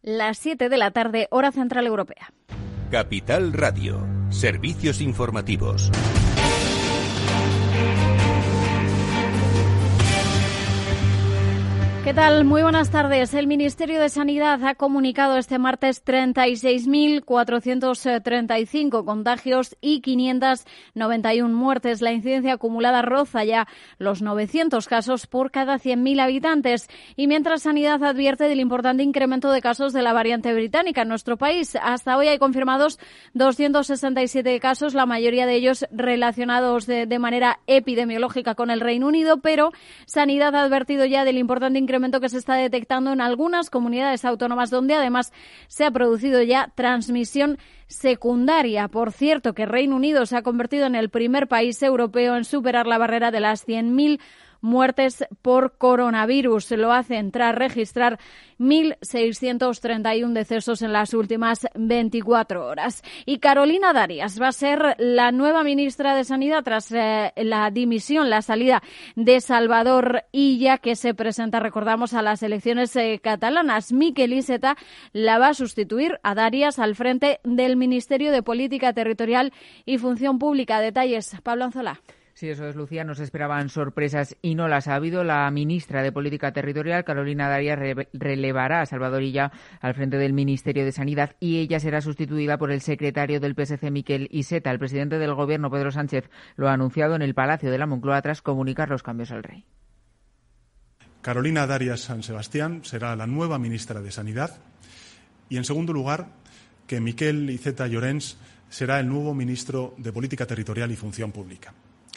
Las 7 de la tarde, hora central europea. Capital Radio, servicios informativos. ¿Qué tal? Muy buenas tardes. El Ministerio de Sanidad ha comunicado este martes 36.435 contagios y 591 muertes. La incidencia acumulada roza ya los 900 casos por cada 100.000 habitantes. Y mientras Sanidad advierte del importante incremento de casos de la variante británica en nuestro país. Hasta hoy hay confirmados 267 casos, la mayoría de ellos relacionados de manera epidemiológica con el Reino Unido, pero Sanidad ha advertido ya del importante incremento que se está detectando en algunas comunidades autónomas donde además se ha producido ya transmisión secundaria. Por cierto, que Reino Unido se ha convertido en el primer país europeo en superar la barrera de las 100.000 muertes por coronavirus. Lo hacen tras registrar 1.631 decesos en las últimas 24 horas. Y Carolina Darias va a ser la nueva ministra de Sanidad tras la dimisión, la salida de Salvador Illa, que se presenta, recordamos, a las elecciones catalanas. Miquel Iceta la va a sustituir a Darias al frente del Ministerio de Política Territorial y Función Pública. Detalles, Pablo Anzola. Sí, eso es, Lucía. Nos esperaban sorpresas y no las ha habido. La ministra de Política Territorial, Carolina Darias, relevará a Salvador Illa al frente del Ministerio de Sanidad y ella será sustituida por el secretario del PSC, Miquel Iceta. El presidente del Gobierno, Pedro Sánchez, lo ha anunciado en el Palacio de la Moncloa tras comunicar los cambios al rey. Carolina Darias San Sebastián será la nueva ministra de Sanidad y, en segundo lugar, que Miquel Iceta Llorens será el nuevo ministro de Política Territorial y Función Pública.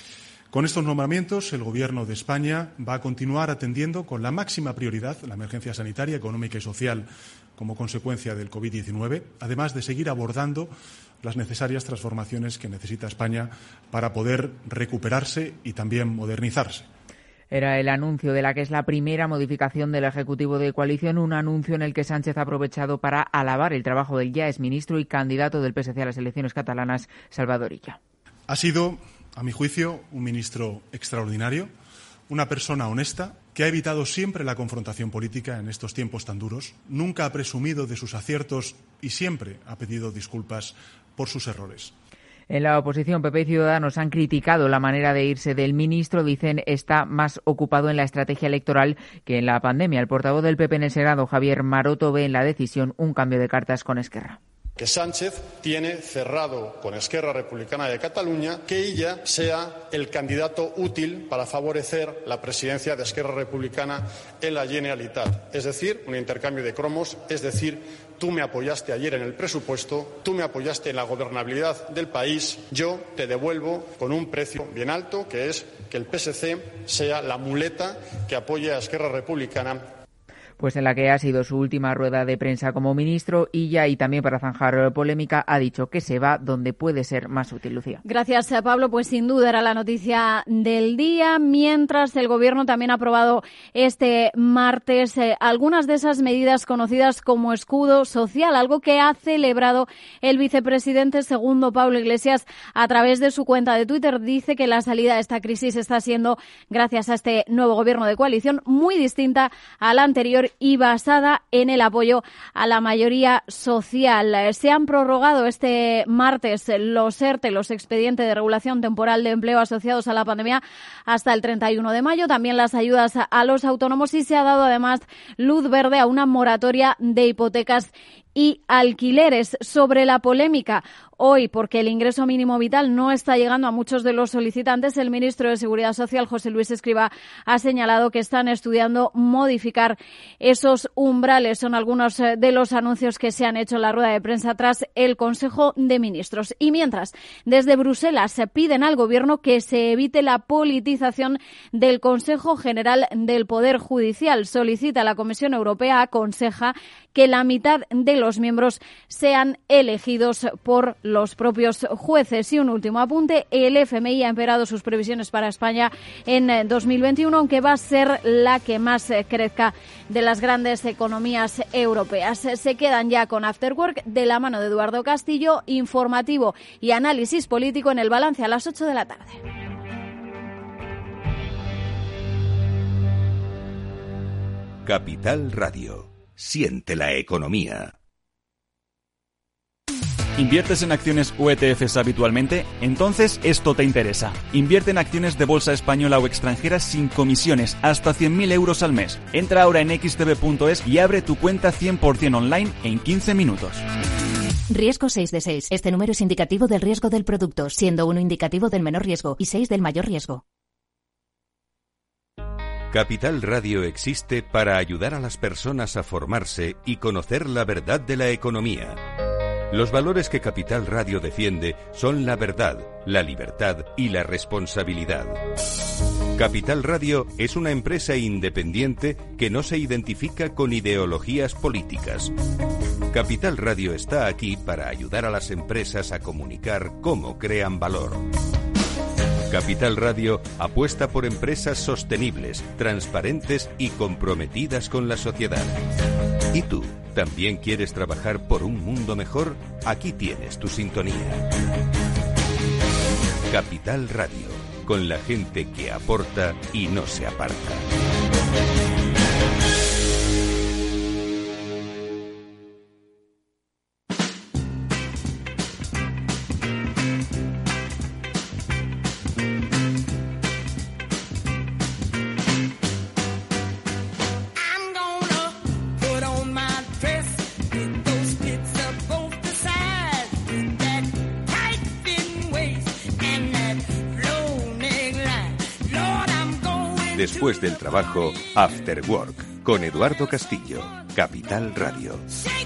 Con estos nombramientos, el Gobierno de España va a continuar atendiendo con la máxima prioridad la emergencia sanitaria, económica y social como consecuencia del COVID-19, además de seguir abordando las necesarias transformaciones que necesita España para poder recuperarse y también modernizarse. Era el anuncio de la que es la primera modificación del Ejecutivo de coalición, un anuncio en el que Sánchez ha aprovechado para alabar el trabajo del ya exministro y candidato del PSC a las elecciones catalanas, Salvador Illa. Ha sido, a mi juicio, un ministro extraordinario, una persona honesta que ha evitado siempre la confrontación política en estos tiempos tan duros, nunca ha presumido de sus aciertos y siempre ha pedido disculpas por sus errores. En la oposición, PP y Ciudadanos han criticado la manera de irse del ministro. Dicen está más ocupado en la estrategia electoral que en la pandemia. El portavoz del PP en el Senado, Javier Maroto, ve en la decisión un cambio de cartas con Esquerra. Que Sánchez tiene cerrado con Esquerra Republicana de Cataluña que ella sea el candidato útil para favorecer la presidencia de Esquerra Republicana en la Generalitat. Es decir, un intercambio de cromos, es decir, tú me apoyaste ayer en el presupuesto, tú me apoyaste en la gobernabilidad del país, yo te devuelvo con un precio bien alto, que es que el PSC sea la muleta que apoye a Esquerra Republicana. Pues en la que ha sido su última rueda de prensa como ministro, Illa, y también para zanjar polémica, ha dicho que se va donde puede ser más útil, Lucía. Gracias, Pablo. Pues sin duda era la noticia del día, mientras el Gobierno también ha aprobado este martes algunas de esas medidas conocidas como escudo social, algo que ha celebrado el vicepresidente segundo Pablo Iglesias a través de su cuenta de Twitter. Dice que la salida de esta crisis está siendo, gracias a este nuevo Gobierno de coalición, muy distinta a la anterior y basada en el apoyo a la mayoría social. Se han prorrogado este martes los ERTE, los expedientes de regulación temporal de empleo asociados a la pandemia, hasta el 31 de mayo. También las ayudas a los autónomos y se ha dado además luz verde a una moratoria de hipotecas y alquileres. Sobre la polémica hoy, porque el ingreso mínimo vital no está llegando a muchos de los solicitantes, el ministro de Seguridad Social, José Luis Escrivá, ha señalado que están estudiando modificar esos umbrales. Son algunos de los anuncios que se han hecho en la rueda de prensa tras el Consejo de Ministros. Y mientras, desde Bruselas se piden al Gobierno que se evite la politización del Consejo General del Poder Judicial. Solicita la Comisión Europea, aconseja que la mitad de los miembros sean elegidos por los propios jueces. Y un último apunte, el FMI ha empeorado sus previsiones para España en 2021, aunque va a ser la que más crezca de las grandes economías europeas. Se quedan ya con After Work de la mano de Eduardo Castillo, informativo y análisis político en el balance a las 8 de la tarde. Capital Radio. Siente la economía. ¿Inviertes en acciones o ETFs habitualmente? Entonces esto te interesa. Invierte en acciones de bolsa española o extranjera sin comisiones, hasta 100.000 euros al mes. Entra ahora en xtb.es y abre tu cuenta 100% online en 15 minutos. Riesgo 6 de 6. Este número es indicativo del riesgo del producto, siendo 1 indicativo del menor riesgo y 6 del mayor riesgo. Capital Radio existe para ayudar a las personas a formarse y conocer la verdad de la economía. Los valores que Capital Radio defiende son la verdad, la libertad y la responsabilidad. Capital Radio es una empresa independiente que no se identifica con ideologías políticas. Capital Radio está aquí para ayudar a las empresas a comunicar cómo crean valor. Capital Radio apuesta por empresas sostenibles, transparentes y comprometidas con la sociedad. ¿Y tú? ¿También quieres trabajar por un mundo mejor? Aquí tienes tu sintonía. Capital Radio, con la gente que aporta y no se aparta. Después del trabajo, After Work, con Eduardo Castillo, Capital Radio.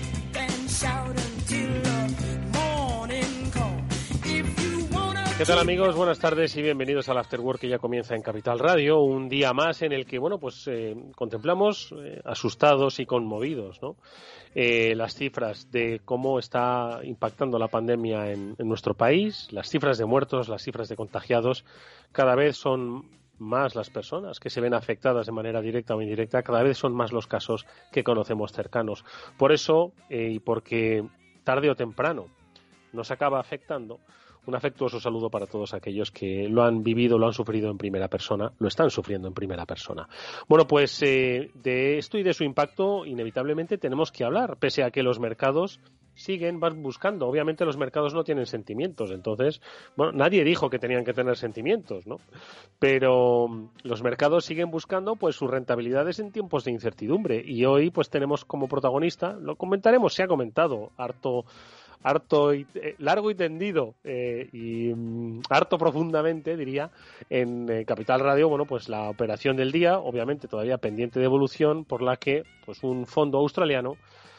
¿Qué tal, amigos? Buenas tardes y bienvenidos al After Work, que ya comienza en Capital Radio, un día más en el que, contemplamos asustados y conmovidos, ¿no? Las cifras de cómo está impactando la pandemia en nuestro país, las cifras de muertos, las cifras de contagiados. Cada vez son más las personas que se ven afectadas de manera directa o indirecta, cada vez son más los casos que conocemos cercanos. Por eso, y porque tarde o temprano nos acaba afectando, un afectuoso saludo para todos aquellos que lo han vivido, lo han sufrido en primera persona, lo están sufriendo en primera persona. Bueno, pues de esto y de su impacto inevitablemente tenemos que hablar, pese a que los mercados van buscando. Obviamente los mercados no tienen sentimientos, entonces, nadie dijo que tenían que tener sentimientos, ¿no? Pero los mercados siguen buscando pues sus rentabilidades en tiempos de incertidumbre, y hoy pues tenemos como protagonista, lo comentaremos, se ha comentado harto y largo y tendido y harto profundamente, diría, en Capital Radio, pues la operación del día, obviamente todavía pendiente de evolución, por la que pues un fondo australiano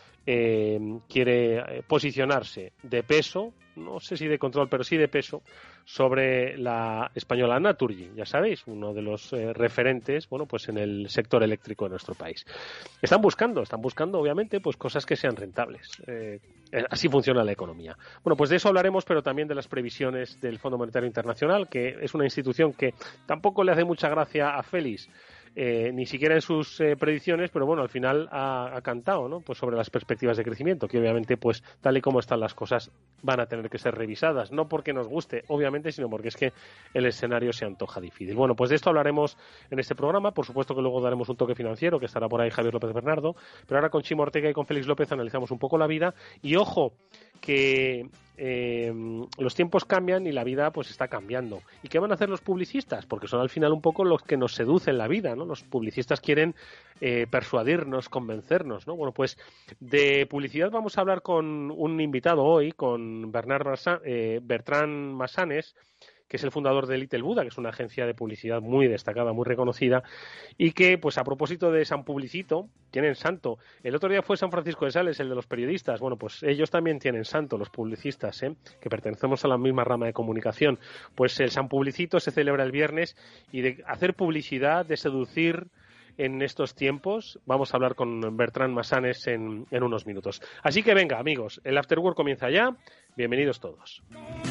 quiere posicionarse de peso, no sé si de control, pero sí de peso, sobre la española Naturgy, ya sabéis, uno de los referentes, pues en el sector eléctrico de nuestro país. Están buscando, obviamente, pues cosas que sean rentables. Así funciona la economía. Bueno, pues de eso hablaremos, pero también de las previsiones del Fondo Monetario Internacional, que es una institución que tampoco le hace mucha gracia a Félix, ni siquiera en sus predicciones, pero al final ha cantado, ¿no? Pues sobre las perspectivas de crecimiento, que obviamente, pues tal y como están las cosas, van a tener que ser revisadas, no porque nos guste, obviamente, sino porque es que el escenario se antoja difícil. Bueno, pues de esto hablaremos en este programa, por supuesto que luego daremos un toque financiero, que estará por ahí Javier López Bernardo, pero ahora con Chimo Ortega y con Félix López analizamos un poco la vida, y ojo, que los tiempos cambian y la vida pues está cambiando. ¿Y qué van a hacer los publicistas? Porque son al final un poco los que nos seducen la vida, ¿no? Los publicistas quieren persuadirnos, convencernos, ¿no? Bueno, pues de publicidad vamos a hablar con un invitado hoy, con Bertrand Massanes, que es el fundador de Little Buddha, que es una agencia de publicidad muy destacada, muy reconocida, y que, pues a propósito de San Publicito, tienen santo. El otro día fue San Francisco de Sales, el de los periodistas. Bueno, pues ellos también tienen santo, los publicistas, que pertenecemos a la misma rama de comunicación. Pues el San Publicito se celebra el viernes, y de hacer publicidad, de seducir en estos tiempos, vamos a hablar con Bertrand Massanes en unos minutos. Así que venga, amigos, el After Work comienza ya. Bienvenidos todos.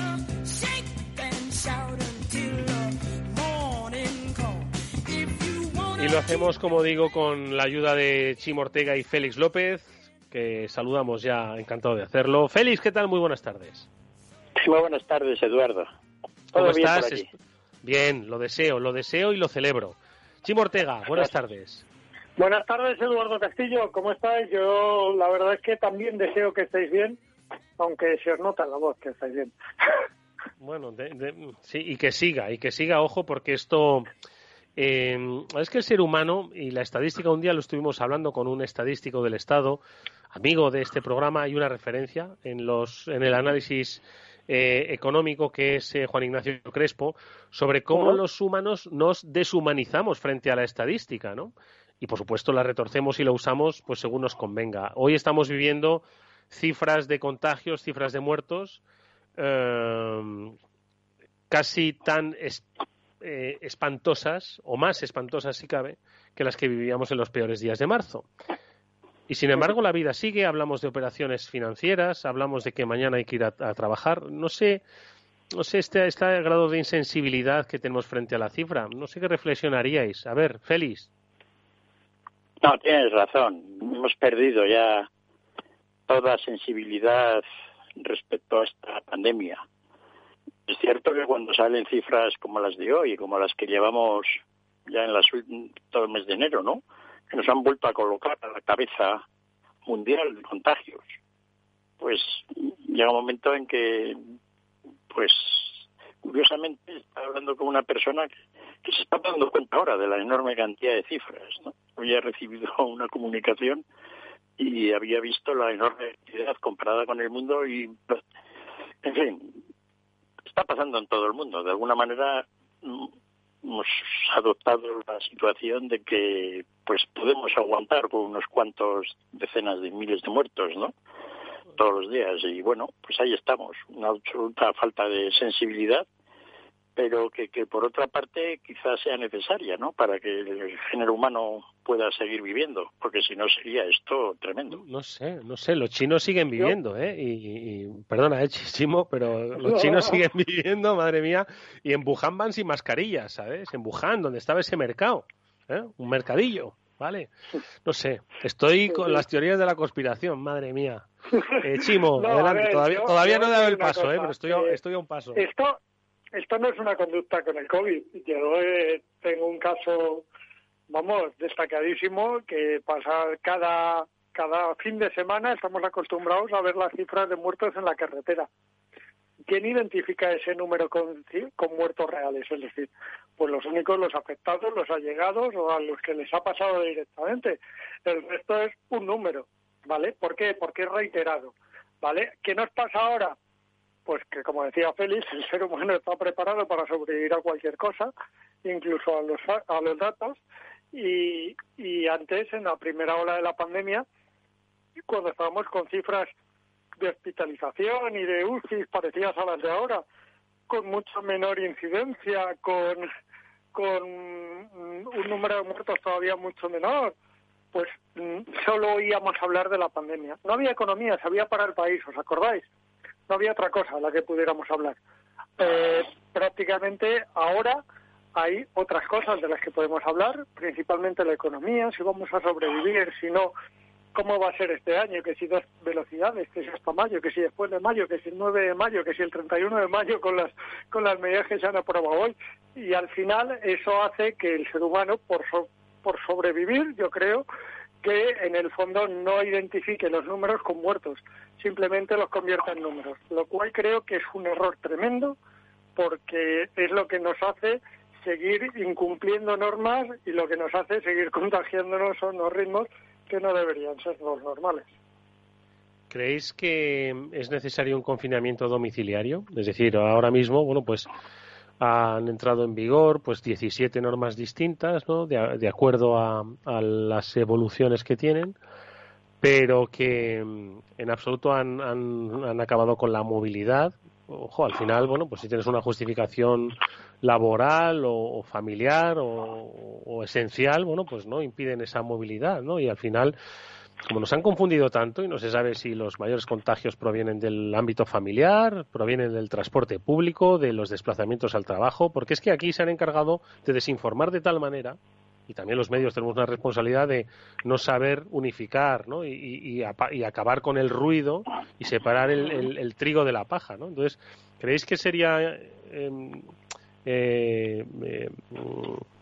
Y lo hacemos, como digo, con la ayuda de Chimo Ortega y Félix López, que saludamos ya, encantado de hacerlo. Félix, ¿qué tal? Muy buenas tardes. Muy buenas tardes, Eduardo. ¿Cómo estás? Bien, lo deseo y lo celebro. Chimo Ortega, buenas tardes. Buenas tardes, Eduardo Castillo, ¿cómo estáis? Yo la verdad es que también deseo que estéis bien, aunque se os nota en la voz que estáis bien. Bueno, sí, y que siga, ojo, porque esto... es que el ser humano y la estadística, un día lo estuvimos hablando con un estadístico del Estado, amigo de este programa, hay una referencia en el análisis económico que es Juan Ignacio Crespo, sobre cómo los humanos nos deshumanizamos frente a la estadística, ¿no? Y por supuesto la retorcemos y la usamos pues según nos convenga. Hoy estamos viviendo cifras de contagios, cifras de muertos casi tan espantosas, o más espantosas si cabe, que las que vivíamos en los peores días de marzo. Y sin embargo la vida sigue, hablamos de operaciones financieras, hablamos de que mañana hay que ir a trabajar. No sé este grado de insensibilidad que tenemos frente a la cifra. No sé qué reflexionaríais. A ver, Félix. No, tienes razón. Hemos perdido ya toda sensibilidad respecto a esta pandemia. Es cierto que cuando salen cifras como las de hoy, como las que llevamos ya en todo el mes de enero, ¿no?, que nos han vuelto a colocar a la cabeza mundial de contagios, pues llega un momento en que, pues, curiosamente, estaba hablando con una persona que se está dando cuenta ahora de la enorme cantidad de cifras, ¿no? Había recibido una comunicación y había visto la enorme actividad comparada con el mundo y, en fin, está pasando en todo el mundo. De alguna manera hemos adoptado la situación de que pues podemos aguantar con unos cuantos decenas de miles de muertos, ¿no?, todos los días. Y bueno, pues ahí estamos, una absoluta falta de sensibilidad, pero que por otra parte quizás sea necesaria, ¿no?, para que el género humano pueda seguir viviendo, porque si no sería esto tremendo. No sé, los chinos siguen viviendo, y perdona, Chimo, pero los chinos siguen viviendo, madre mía, y en Wuhan van sin mascarillas, ¿sabes? En Wuhan, donde estaba ese mercado, un mercadillo, ¿vale? No sé, estoy con las teorías de la conspiración, madre mía. Chimo, no, adelante, todavía no he dado el paso, pero estoy a un paso. Esto no es una conducta con el COVID. Yo tengo un caso, destacadísimo, que pasa cada fin de semana estamos acostumbrados a ver las cifras de muertos en la carretera. ¿Quién identifica ese número con muertos reales? Es decir, pues los únicos, los afectados, los allegados o a los que les ha pasado directamente. El resto es un número, ¿vale? ¿Por qué? Porque es reiterado, ¿vale? ¿Qué nos pasa ahora? Pues que, como decía Félix, el ser humano está preparado para sobrevivir a cualquier cosa, incluso a los datos, y antes, en la primera ola de la pandemia, cuando estábamos con cifras de hospitalización y de UCI parecidas a las de ahora, con mucha menor incidencia, con un número de muertos todavía mucho menor, pues solo oíamos hablar de la pandemia. No había economía, se había para el país, ¿os acordáis? No había otra cosa a la que pudiéramos hablar. Prácticamente ahora hay otras cosas de las que podemos hablar, principalmente la economía, si vamos a sobrevivir, si no, cómo va a ser este año, que si 2 velocidades, que si hasta mayo, que si después de mayo, que si el 9 de mayo, que si el 31 de mayo con las medidas que se han aprobado hoy. Y al final eso hace que el ser humano, por sobrevivir, yo creo, que en el fondo no identifique los números con muertos, simplemente los convierta en números, lo cual creo que es un error tremendo, porque es lo que nos hace seguir incumpliendo normas y lo que nos hace seguir contagiándonos a unos ritmos que no deberían ser los normales. ¿Creéis que es necesario un confinamiento domiciliario? Es decir, ahora mismo, bueno, pues han entrado en vigor pues 17 normas distintas, ¿no?, de acuerdo a las evoluciones que tienen, pero que en absoluto han acabado con la movilidad. Ojo, al final, bueno, pues si tienes una justificación laboral o familiar o esencial, bueno, pues no impiden esa movilidad, ¿no? Y al final, como nos han confundido tanto y no se sabe si los mayores contagios provienen del ámbito familiar, provienen del transporte público, de los desplazamientos al trabajo, porque es que aquí se han encargado de desinformar de tal manera, y también los medios tenemos una responsabilidad de no saber unificar, ¿no?, y acabar con el ruido y separar el trigo de la paja, ¿no? Entonces, ¿creéis que sería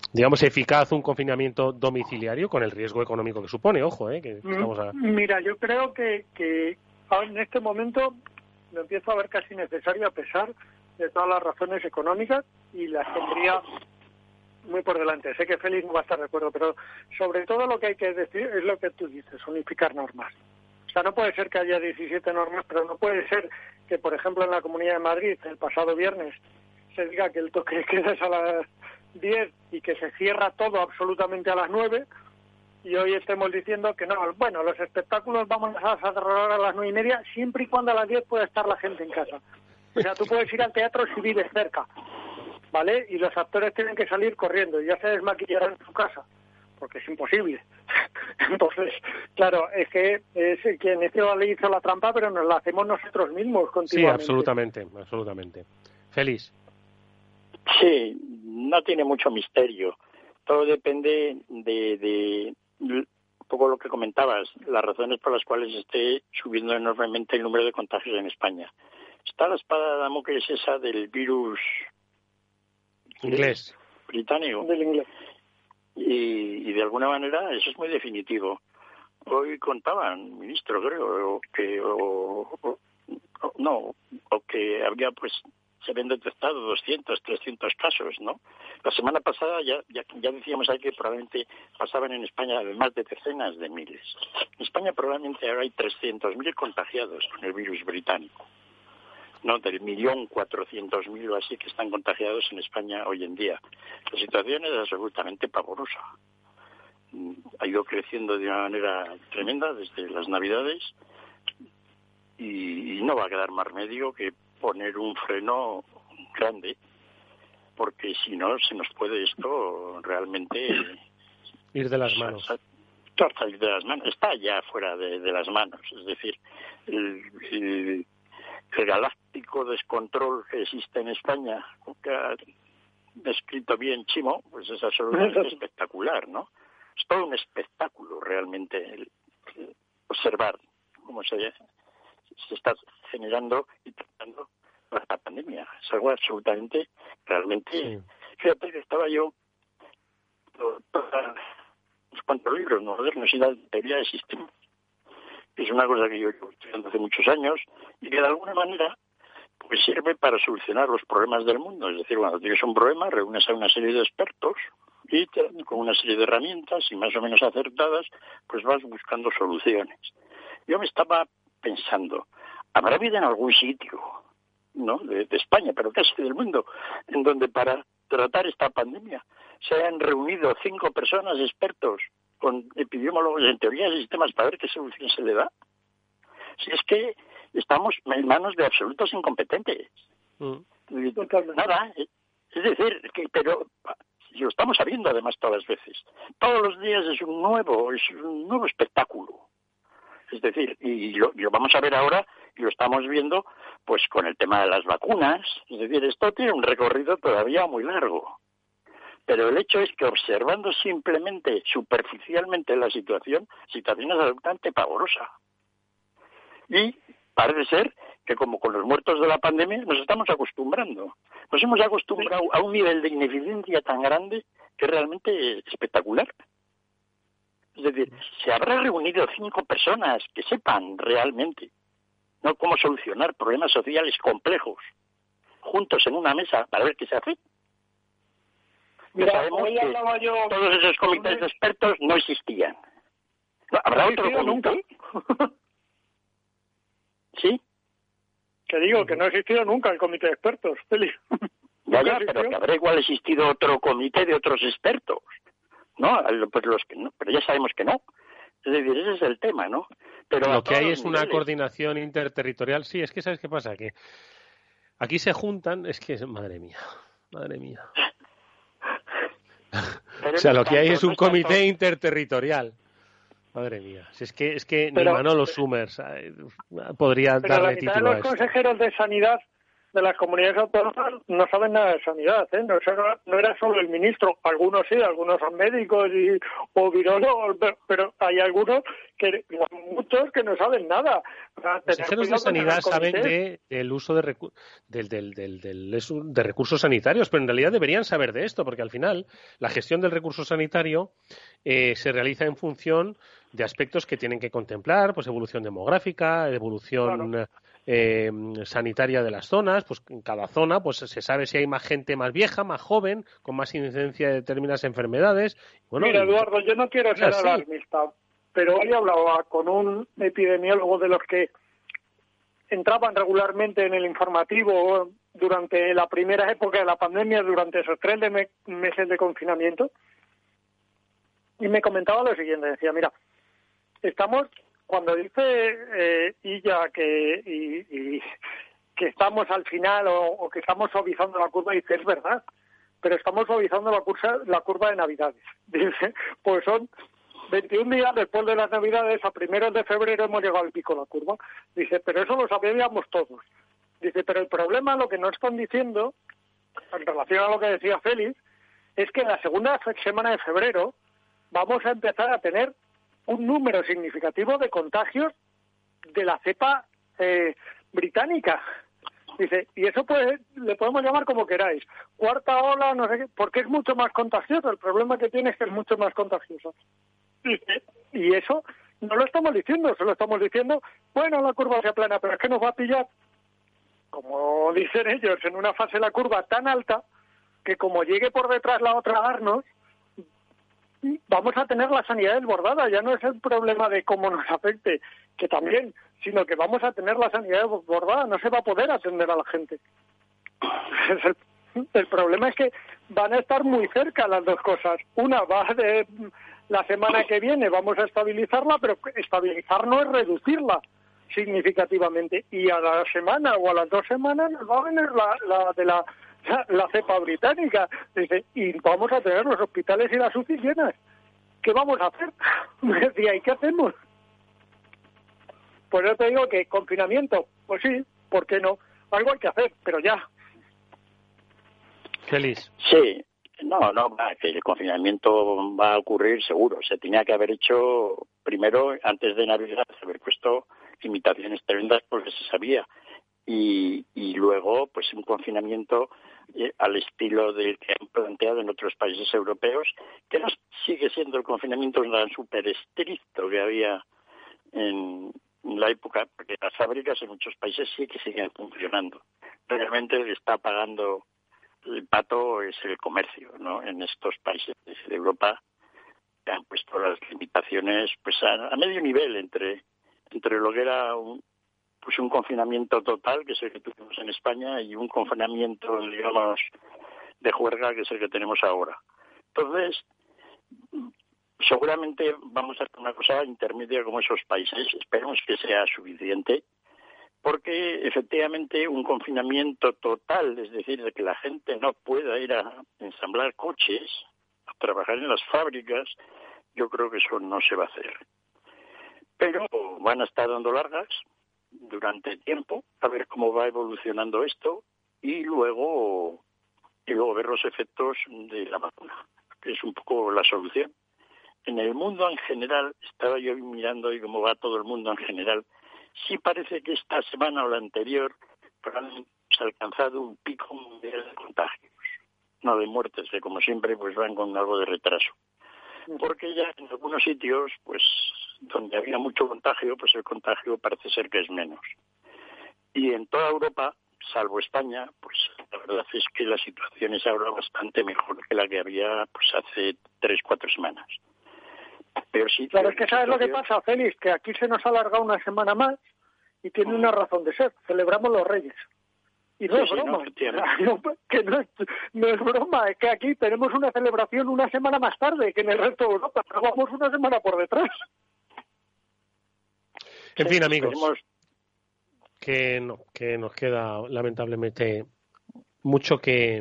digamos, eficaz un confinamiento domiciliario con el riesgo económico que supone, ojo, que estamos Mira, yo creo que en este momento lo empiezo a ver casi necesario a pesar de todas las razones económicas y las tendría muy por delante. Sé que Félix no va a estar de acuerdo, pero sobre todo lo que hay que decir es lo que tú dices, unificar normas. O sea, no puede ser que haya 17 normas, pero no puede ser que, por ejemplo, en la Comunidad de Madrid, el pasado viernes, se diga que el toque de queda es a las 10 y que se cierra todo absolutamente a las 9, y hoy estemos diciendo que no, bueno, los espectáculos vamos a cerrar a las 9:30, siempre y cuando a las 10 pueda estar la gente en casa. O sea, tú puedes ir al teatro si vives cerca, ¿vale? Y los actores tienen que salir corriendo y ya se desmaquillarán en su casa, porque es imposible. Entonces, claro, es que quien le hizo la trampa, pero nos la hacemos nosotros mismos continuamente. Sí, absolutamente. Félix. Sí, no tiene mucho misterio. Todo depende de un poco lo que comentabas, las razones por las cuales esté subiendo enormemente el número de contagios en España. Está la espada de Damocles esa del virus inglés, británico, del inglés. Y de alguna manera eso es muy definitivo. Hoy contaban, ministro, creo, que había, pues, se habían detectado 200, 300 casos, ¿no? La semana pasada ya decíamos ahí que probablemente pasaban en España más de decenas de miles. En España probablemente ahora hay 300.000 contagiados con el virus británico, ¿no? Del 1.400.000 o así que están contagiados en España hoy en día. La situación es absolutamente pavorosa. Ha ido creciendo de una manera tremenda desde las Navidades y no va a quedar más remedio que poner un freno grande, porque si no se nos puede esto realmente ir de las manos. Salir de las manos. Está ya fuera de las manos, es decir, el galáctico descontrol que existe en España, que ha descrito bien Chimo, pues es absolutamente espectacular, ¿no? Es todo un espectáculo realmente el observar cómo se está generando y tratando la pandemia. Es algo absolutamente, realmente... Sí. Fíjate que estaba yo unos cuantos libros modernos y la teoría de sistemas. Es una cosa que yo llevo estudiando hace muchos años y que de alguna manera pues sirve para solucionar los problemas del mundo. Es decir, cuando tienes un problema, reúnes a una serie de expertos y con una serie de herramientas y más o menos acertadas, pues vas buscando soluciones. Yo me estaba pensando, ¿habrá habido en algún sitio, ¿no?, de España, pero casi del mundo, en donde para tratar esta pandemia se han reunido 5 personas expertos con epidemiólogos en teoría de sistemas para ver qué solución se le da? Si es que estamos en manos de absolutos incompetentes. Nada, es decir, pero si lo estamos sabiendo además todas las veces. Todos los días es un nuevo espectáculo. Es decir, y lo vamos a ver ahora, y lo estamos viendo, pues con el tema de las vacunas. Es decir, esto tiene un recorrido todavía muy largo. Pero el hecho es que observando simplemente, superficialmente la situación es absolutamente pavorosa. Y parece ser que como con los muertos de la pandemia nos estamos acostumbrando. Nos hemos acostumbrado a un nivel de ineficiencia tan grande que es realmente espectacular. Es decir, se habrá reunido 5 personas que sepan realmente, ¿no?, cómo solucionar problemas sociales complejos juntos en una mesa para ver qué se hace. Mira, sabemos que todos esos comités de expertos no existían. ¿Habrá otro comité? Nunca. ¿Sí? Que digo que no ha existido nunca el comité de expertos, Félix. Ya, pero que habrá igual existido otro comité de otros expertos, ¿no? Pues los que no, pero ya sabemos que no. Es decir, ese es el tema, ¿no? Pero lo que hay es una coordinación interterritorial. Sí, es que ¿sabes qué pasa? Que aquí se juntan, es que, madre mía. O sea, lo que hay es un comité interterritorial. Madre mía, si es que ni Manolo Summers podría darle título a esto. Pero la mitad de los consejeros de Sanidad de las comunidades autónomas no saben nada de sanidad, ¿eh? No era solo el ministro, algunos sí, algunos son médicos o virólogos, pero hay algunos muchos que no saben nada. Los consejeros de sanidad saben del uso de recursos sanitarios, pero en realidad deberían saber de esto, porque al final la gestión del recurso sanitario se realiza en función de aspectos que tienen que contemplar, pues evolución demográfica, evolución sanitaria de las zonas, pues en cada zona pues se sabe si hay más gente más vieja, más joven, con más incidencia de determinadas enfermedades. Bueno, mira, Eduardo, yo no quiero ser alarmista, pero hoy hablaba con un epidemiólogo de los que entraban regularmente en el informativo durante la primera época de la pandemia, durante esos 3 meses de confinamiento, y me comentaba lo siguiente, decía, mira, estamos, cuando dice Illa que estamos al final o que estamos suavizando la curva, dice, es verdad, pero estamos suavizando la curva de Navidades. Dice, pues son 21 días después de las Navidades, a 1 de febrero hemos llegado al pico de la curva. Dice, pero eso lo sabíamos todos. Dice, pero el problema, lo que no están diciendo, en relación a lo que decía Félix, es que en la segunda semana de febrero vamos a empezar a tener un número significativo de contagios de la cepa británica. Dice, y eso le podemos llamar como queráis. 4ª ola, no sé qué, porque es mucho más contagioso. El problema que tiene es que es mucho más contagioso. Dice, y eso no lo estamos diciendo, se lo estamos diciendo, bueno, la curva se aplana, pero es que nos va a pillar, como dicen ellos, en una fase de la curva tan alta que como llegue por detrás la otra a darnos, vamos a tener la sanidad desbordada. Ya no es el problema de cómo nos afecte, que también, sino que vamos a tener la sanidad desbordada, no se va a poder atender a la gente. El problema es que van a estar muy cerca las dos cosas. Una va de la semana que viene, vamos a estabilizarla, pero estabilizar no es reducirla significativamente. Y a la semana o a las 2 semanas nos va a venir la cepa británica. Dice, y vamos a tener los hospitales y las UCI llenas. ¿Qué vamos a hacer? Me decía, ¿y qué hacemos? Pues yo te digo que confinamiento, pues sí, ¿por qué no? Algo hay que hacer, pero ya. Feliz. Sí, que el confinamiento va a ocurrir seguro. Se tenía que haber hecho primero, antes de Navidad, haber puesto limitaciones tremendas porque se sabía. Y luego, pues un confinamiento al estilo del que han planteado en otros países europeos, que no sigue siendo el confinamiento tan súper estricto que había en la época, porque las fábricas en muchos países sí que siguen funcionando. Realmente el que está pagando el pato es el comercio, ¿no? En estos países de Europa que han puesto las limitaciones pues a medio nivel entre lo que era un confinamiento total, que es el que tuvimos en España, y un confinamiento, digamos, de juerga, que es el que tenemos ahora. Entonces, seguramente vamos a hacer una cosa intermedia como esos países. Esperemos que sea suficiente, porque efectivamente un confinamiento total, es decir, de que la gente no pueda ir a ensamblar coches, a trabajar en las fábricas, yo creo que eso no se va a hacer. Pero van a estar dando largas durante tiempo, a ver cómo va evolucionando esto, y luego ver los efectos de la vacuna, que es un poco la solución. En el mundo en general, estaba yo mirando y cómo va todo el mundo en general, sí parece que esta semana o la anterior hemos alcanzado un pico mundial de contagios, no de muertes, que como siempre pues van con algo de retraso. Porque ya en algunos sitios, pues donde había mucho contagio, pues el contagio parece ser que es menos. Y en toda Europa, salvo España, pues la verdad es que la situación es ahora bastante mejor que la que había pues hace 3-4 semanas. Pero sí, claro, es que ¿sabes lo que pasa, Félix? Que aquí se nos ha alargado una semana más y tiene una razón de ser. Celebramos los Reyes. Y no es broma. Que no es broma, es que aquí tenemos una celebración una semana más tarde que en el resto de Europa, pero vamos una semana por detrás. En fin, amigos, que nos queda lamentablemente mucho que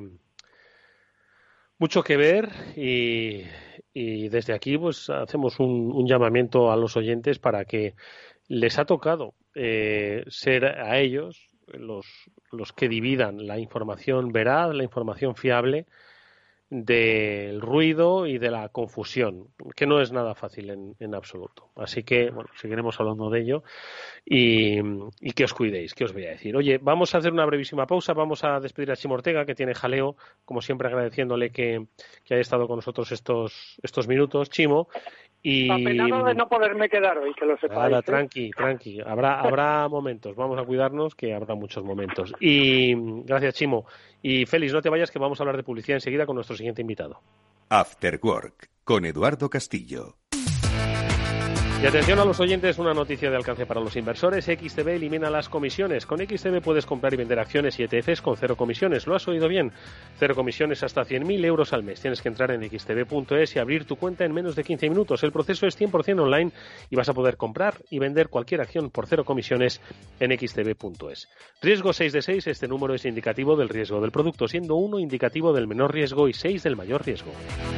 ver y desde aquí pues hacemos un llamamiento a los oyentes para que les ha tocado ser a ellos los que dividan la información veraz, la información fiable, del ruido y de la confusión, que no es nada fácil en absoluto. Así que, bueno, seguiremos hablando de ello y que os cuidéis, que os voy a decir. Oye, vamos a hacer una brevísima pausa, vamos a despedir a Chimo Ortega, que tiene jaleo, como siempre agradeciéndole que haya estado con nosotros estos minutos, Chimo. Y apenado de no poderme quedar hoy, que lo sepáis. Nada, tranqui. Habrá momentos. Vamos a cuidarnos, que habrá muchos momentos. Y gracias, Chimo. Y Félix, no te vayas, que vamos a hablar de publicidad enseguida con nuestro siguiente invitado. After Work, con Eduardo Castillo. Y atención a los oyentes, una noticia de alcance para los inversores. XTB elimina las comisiones. Con XTB puedes comprar y vender acciones y ETFs con 0 comisiones. ¿Lo has oído bien? 0 comisiones hasta 100.000 euros al mes. Tienes que entrar en xtb.es y abrir tu cuenta en menos de 15 minutos. El proceso es 100% online y vas a poder comprar y vender cualquier acción por 0 comisiones en xtb.es. Riesgo 6 de 6. Este número es indicativo del riesgo del producto, siendo 1 indicativo del menor riesgo y 6 del mayor riesgo.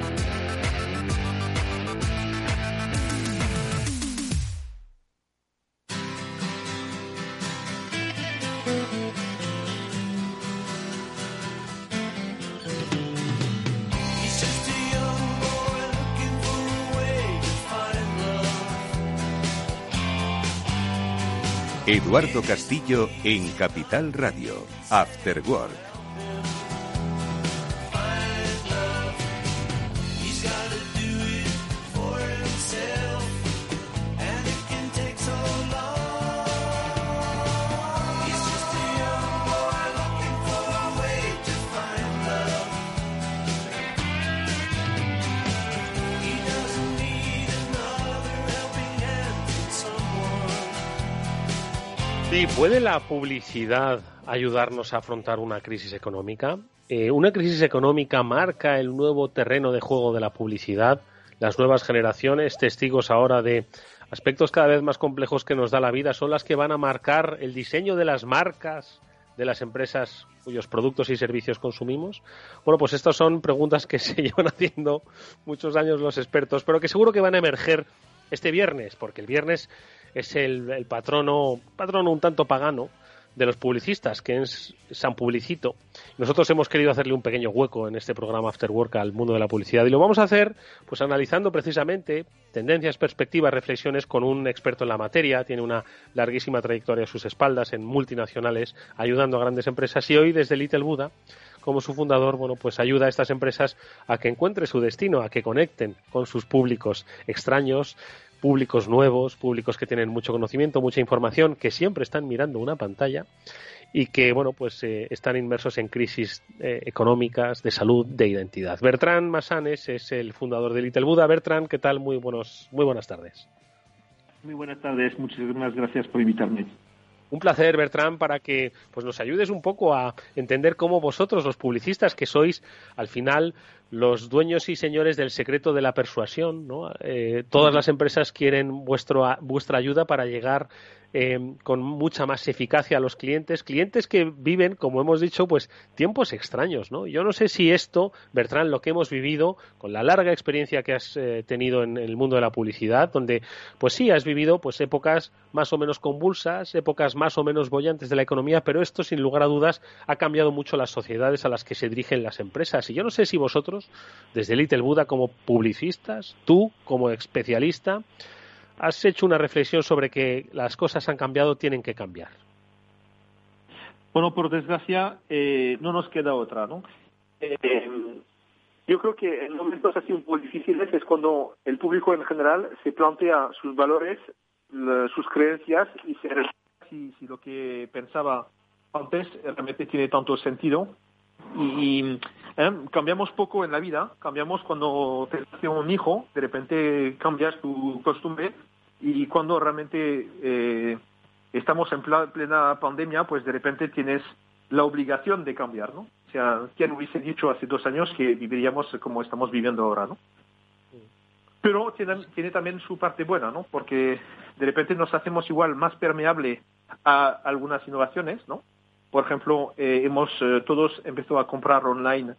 Eduardo Castillo en Capital Radio. After Work. Sí, ¿puede la publicidad ayudarnos a afrontar una crisis económica? Una crisis económica marca el nuevo terreno de juego de la publicidad. Las nuevas generaciones, testigos ahora de aspectos cada vez más complejos que nos da la vida, son las que van a marcar el diseño de las marcas de las empresas cuyos productos y servicios consumimos. Bueno, pues estas son preguntas que se llevan haciendo muchos años los expertos, pero que seguro que van a emerger este viernes, porque el viernes es el patrono un tanto pagano de los publicistas, que es San Publicito. Nosotros hemos querido hacerle un pequeño hueco en este programa After Work al mundo de la publicidad, y lo vamos a hacer pues analizando precisamente tendencias, perspectivas, reflexiones con un experto en la materia. Tiene una larguísima trayectoria a sus espaldas en multinacionales, ayudando a grandes empresas, y hoy desde Little Buddha, como su fundador, bueno, pues ayuda a estas empresas a que encuentren su destino, a que conecten con sus públicos extraños, públicos nuevos, públicos que tienen mucho conocimiento, mucha información, que siempre están mirando una pantalla y que, bueno, pues están inmersos en crisis económicas, de salud, de identidad. Bertrand Massanes es el fundador de Little Buddha. Bertrand, ¿qué tal? Muy buenas tardes. Muy buenas tardes, muchísimas gracias por invitarme. Un placer, Bertrand, para que pues nos ayudes un poco a entender cómo vosotros, los publicistas, que sois al final los dueños y señores del secreto de la persuasión, ¿no? Todas las empresas quieren vuestra ayuda para llegar con mucha más eficacia a los clientes que viven, como hemos dicho, pues tiempos extraños, ¿no? Yo no sé si esto, Bertrand, lo que hemos vivido, con la larga experiencia que has tenido en el mundo de la publicidad, donde pues sí has vivido pues épocas más o menos convulsas, épocas más o menos bollantes de la economía, pero esto sin lugar a dudas ha cambiado mucho las sociedades a las que se dirigen las empresas. Y yo no sé si vosotros, desde Little Buddha, como publicistas, tú como especialista, has hecho una reflexión sobre que las cosas han cambiado, tienen que cambiar. Bueno, por desgracia, no nos queda otra, ¿no? Yo creo que en momentos así un poco difíciles es cuando el público en general se plantea sus valores, sus creencias, y se revisa si lo que pensaba antes realmente tiene tanto sentido. Y cambiamos poco en la vida, cambiamos cuando te nace un hijo, de repente cambias tu costumbre, y cuando realmente estamos en plena pandemia, pues de repente tienes la obligación de cambiar, ¿no? O sea, ¿quién hubiese dicho hace 2 años que viviríamos como estamos viviendo ahora, ¿no? Pero tiene también su parte buena, ¿no? Porque de repente nos hacemos igual más permeable a algunas innovaciones, ¿no? Por ejemplo, hemos todos empezado a comprar online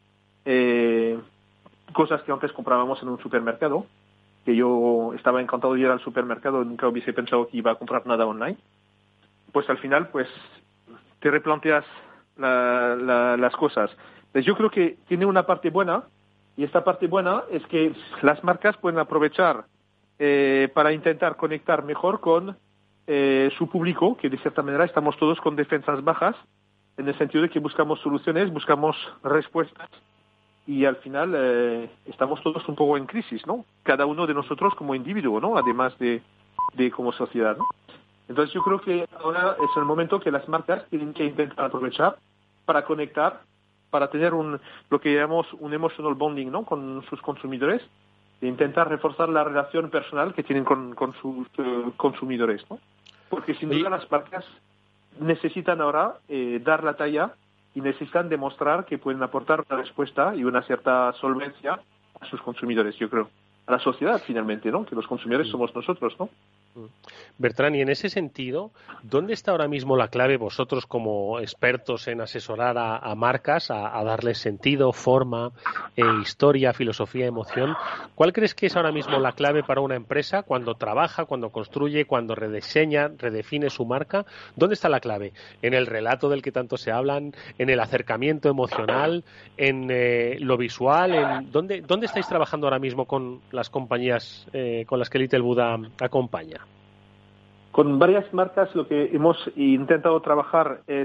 cosas que antes comprábamos en un supermercado, que yo estaba encantado de ir al supermercado, nunca hubiese pensado que iba a comprar nada online. Pues al final, pues te replanteas las cosas. Pues yo creo que tiene una parte buena, y esta parte buena es que las marcas pueden aprovechar para intentar conectar mejor con su público, que de cierta manera estamos todos con defensas bajas, en el sentido de que buscamos soluciones, buscamos respuestas, y al final estamos todos un poco en crisis, ¿no? Cada uno de nosotros como individuo, ¿no? Además de como sociedad, ¿no? Entonces yo creo que ahora es el momento que las marcas tienen que intentar aprovechar para conectar, para tener lo que llamamos un emotional bonding, ¿no? Con sus consumidores, e intentar reforzar la relación personal que tienen con sus consumidores, ¿no? Porque sin duda las marcas necesitan ahora dar la talla y necesitan demostrar que pueden aportar una respuesta y una cierta solvencia a sus consumidores, yo creo. A la sociedad, finalmente, ¿no? Que los consumidores somos nosotros, ¿no? Bertrán, y en ese sentido, ¿dónde está ahora mismo la clave vosotros como expertos en asesorar a marcas, a darles sentido, forma, historia, filosofía, emoción? ¿Cuál crees que es ahora mismo la clave para una empresa cuando trabaja, cuando construye, cuando rediseña, redefine su marca? ¿Dónde está la clave? ¿En el relato del que tanto se hablan? ¿En el acercamiento emocional? ¿En lo visual? ¿Dónde estáis trabajando ahora mismo con las compañías con las que Little Buddha acompaña? Con varias marcas lo que hemos intentado trabajar es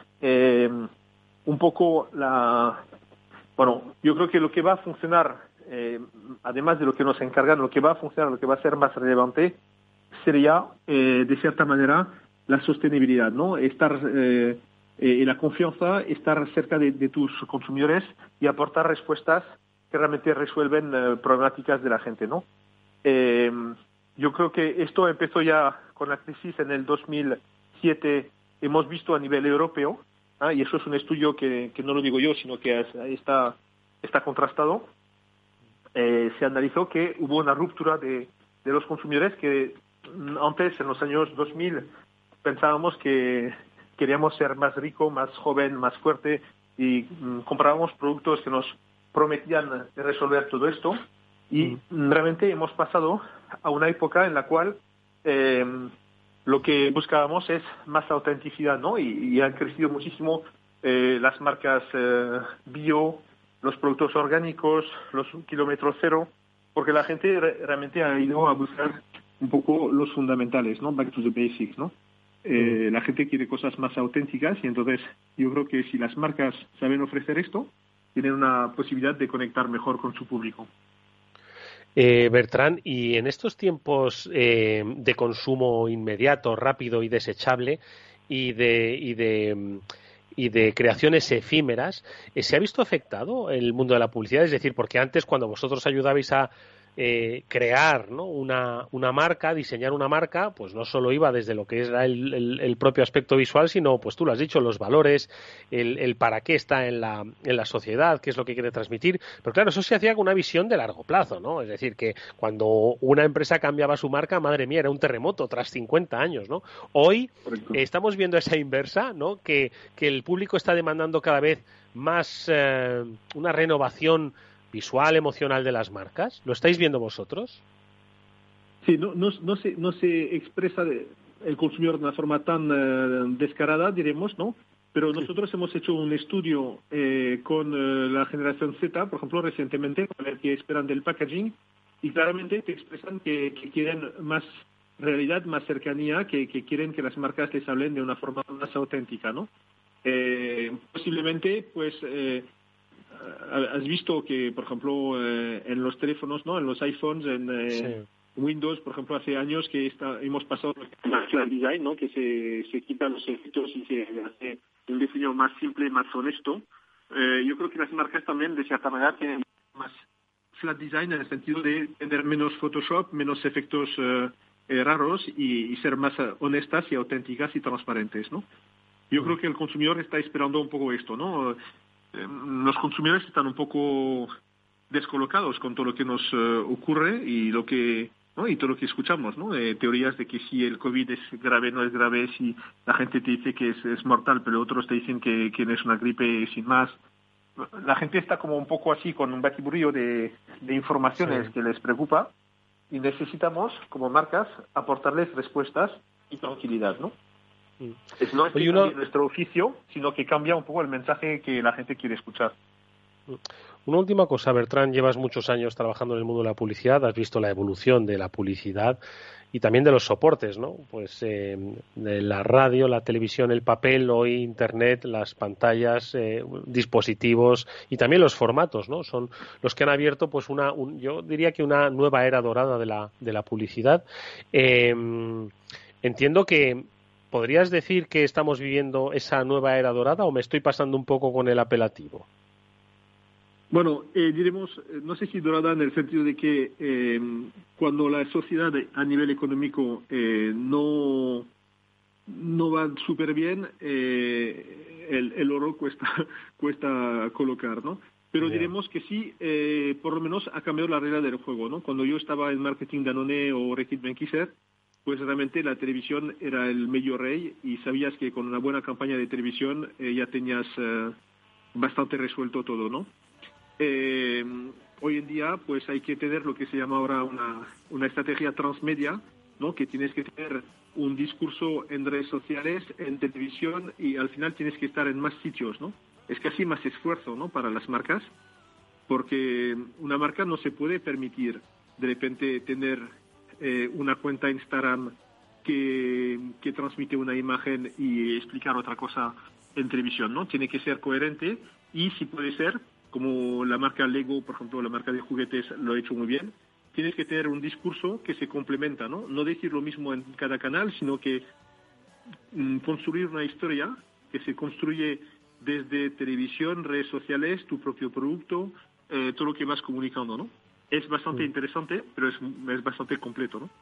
un poco yo creo que lo que va a funcionar, además de lo que nos encargan, lo que va a funcionar, lo que va a ser más relevante, sería, de cierta manera, la sostenibilidad, ¿no? Estar y la confianza, estar cerca de tus consumidores y aportar respuestas que realmente resuelven problemáticas de la gente, ¿no? Yo creo que esto empezó ya con la crisis en el 2007, hemos visto a nivel europeo, y eso es un estudio que no lo digo yo, sino que está contrastado. Se analizó que hubo una ruptura de los consumidores que antes, en los años 2000, pensábamos que queríamos ser más rico, más joven, más fuerte, y comprábamos productos que nos prometían resolver todo esto. Y realmente hemos pasado a una época en la cual lo que buscábamos es más autenticidad, ¿no? Y han crecido muchísimo las marcas bio, los productos orgánicos, los kilómetros cero, porque la gente realmente ha ido a buscar un poco los fundamentales, ¿no? Back to the basics, ¿no? La gente quiere cosas más auténticas, y entonces yo creo que si las marcas saben ofrecer esto, tienen una posibilidad de conectar mejor con su público. Bertrán, y en estos tiempos de consumo inmediato, rápido y desechable, y de creaciones efímeras, ¿se ha visto afectado el mundo de la publicidad? Es decir, porque antes, cuando vosotros ayudabais a crear, ¿no?, una marca, diseñar una marca, pues no solo iba desde lo que era el propio aspecto visual, sino, pues tú lo has dicho, los valores, el para qué está en la sociedad, qué es lo que quiere transmitir. Pero claro, eso se hacía con una visión de largo plazo, ¿no? Es decir, que cuando una empresa cambiaba su marca, madre mía, era un terremoto tras 50 años, ¿no? Hoy estamos viendo esa inversa, ¿no? Que el público está demandando cada vez más una renovación visual, emocional de las marcas. ¿Lo estáis viendo vosotros? Sí, no se expresa el consumidor de una forma tan descarada, diremos, ¿no? Pero nosotros hemos hecho un estudio con la generación Z, por ejemplo, recientemente, a ver qué esperan del packaging, y claramente te expresan que quieren más realidad, más cercanía, que quieren que las marcas les hablen de una forma más auténtica, ¿no? Posiblemente, pues, has visto que, por ejemplo, en los teléfonos, ¿no?, en los iPhones, en Windows, por ejemplo, hace años que hemos pasado al flat design, ¿no?, que se quitan los efectos y se hace un diseño más simple, más honesto. Yo creo que las marcas también, de cierta manera, tienen más flat design en el sentido de tener menos Photoshop, menos efectos raros y ser más honestas y auténticas y transparentes, ¿no? Yo creo que el consumidor está esperando un poco esto, ¿no? Los consumidores están un poco descolocados con todo lo que nos ocurre y y todo lo que escuchamos, ¿no? Teorías de que si el COVID es grave, no es grave, si la gente te dice que es mortal, pero otros te dicen que es una gripe sin más. La gente está como un poco así con un batiburrillo de informaciones que les preocupa, y necesitamos, como marcas, aportarles respuestas y tranquilidad, ¿no? No es que cambie nuestro oficio, sino que cambia un poco el mensaje que la gente quiere escuchar. Una última cosa, Bertrand, llevas muchos años trabajando en el mundo de la publicidad, has visto la evolución de la publicidad y también de los soportes, ¿no? Pues de la radio, la televisión, el papel, hoy Internet, las pantallas, dispositivos y también los formatos, ¿no? Son los que han abierto, pues yo diría que una nueva era dorada de la publicidad. Entiendo que ¿podrías decir que estamos viviendo esa nueva era dorada o me estoy pasando un poco con el apelativo? Bueno, diremos, no sé si dorada en el sentido de que cuando la sociedad a nivel económico no va súper bien, el oro cuesta colocar, ¿no? Pero diremos que sí, por lo menos ha cambiado la regla del juego, ¿no? Cuando yo estaba en marketing Danone o Reckitt Benckiser, pues realmente la televisión era el medio rey y sabías que con una buena campaña de televisión ya tenías bastante resuelto todo, ¿no? Hoy en día pues hay que tener lo que se llama ahora una estrategia transmedia, ¿no? Que tienes que tener un discurso en redes sociales, en televisión y al final tienes que estar en más sitios, ¿no? Es casi más esfuerzo, ¿no? Para las marcas, porque una marca no se puede permitir de repente tener una cuenta Instagram que transmite una imagen y explicar otra cosa en televisión, ¿no? Tiene que ser coherente y si puede ser, como la marca Lego, por ejemplo, la marca de juguetes lo ha hecho muy bien, tienes que tener un discurso que se complementa, ¿no? No decir lo mismo en cada canal, sino que construir una historia que se construye desde televisión, redes sociales, tu propio producto, todo lo que vas comunicando, ¿no? Es bastante interesante, pero es bastante completo, ¿no?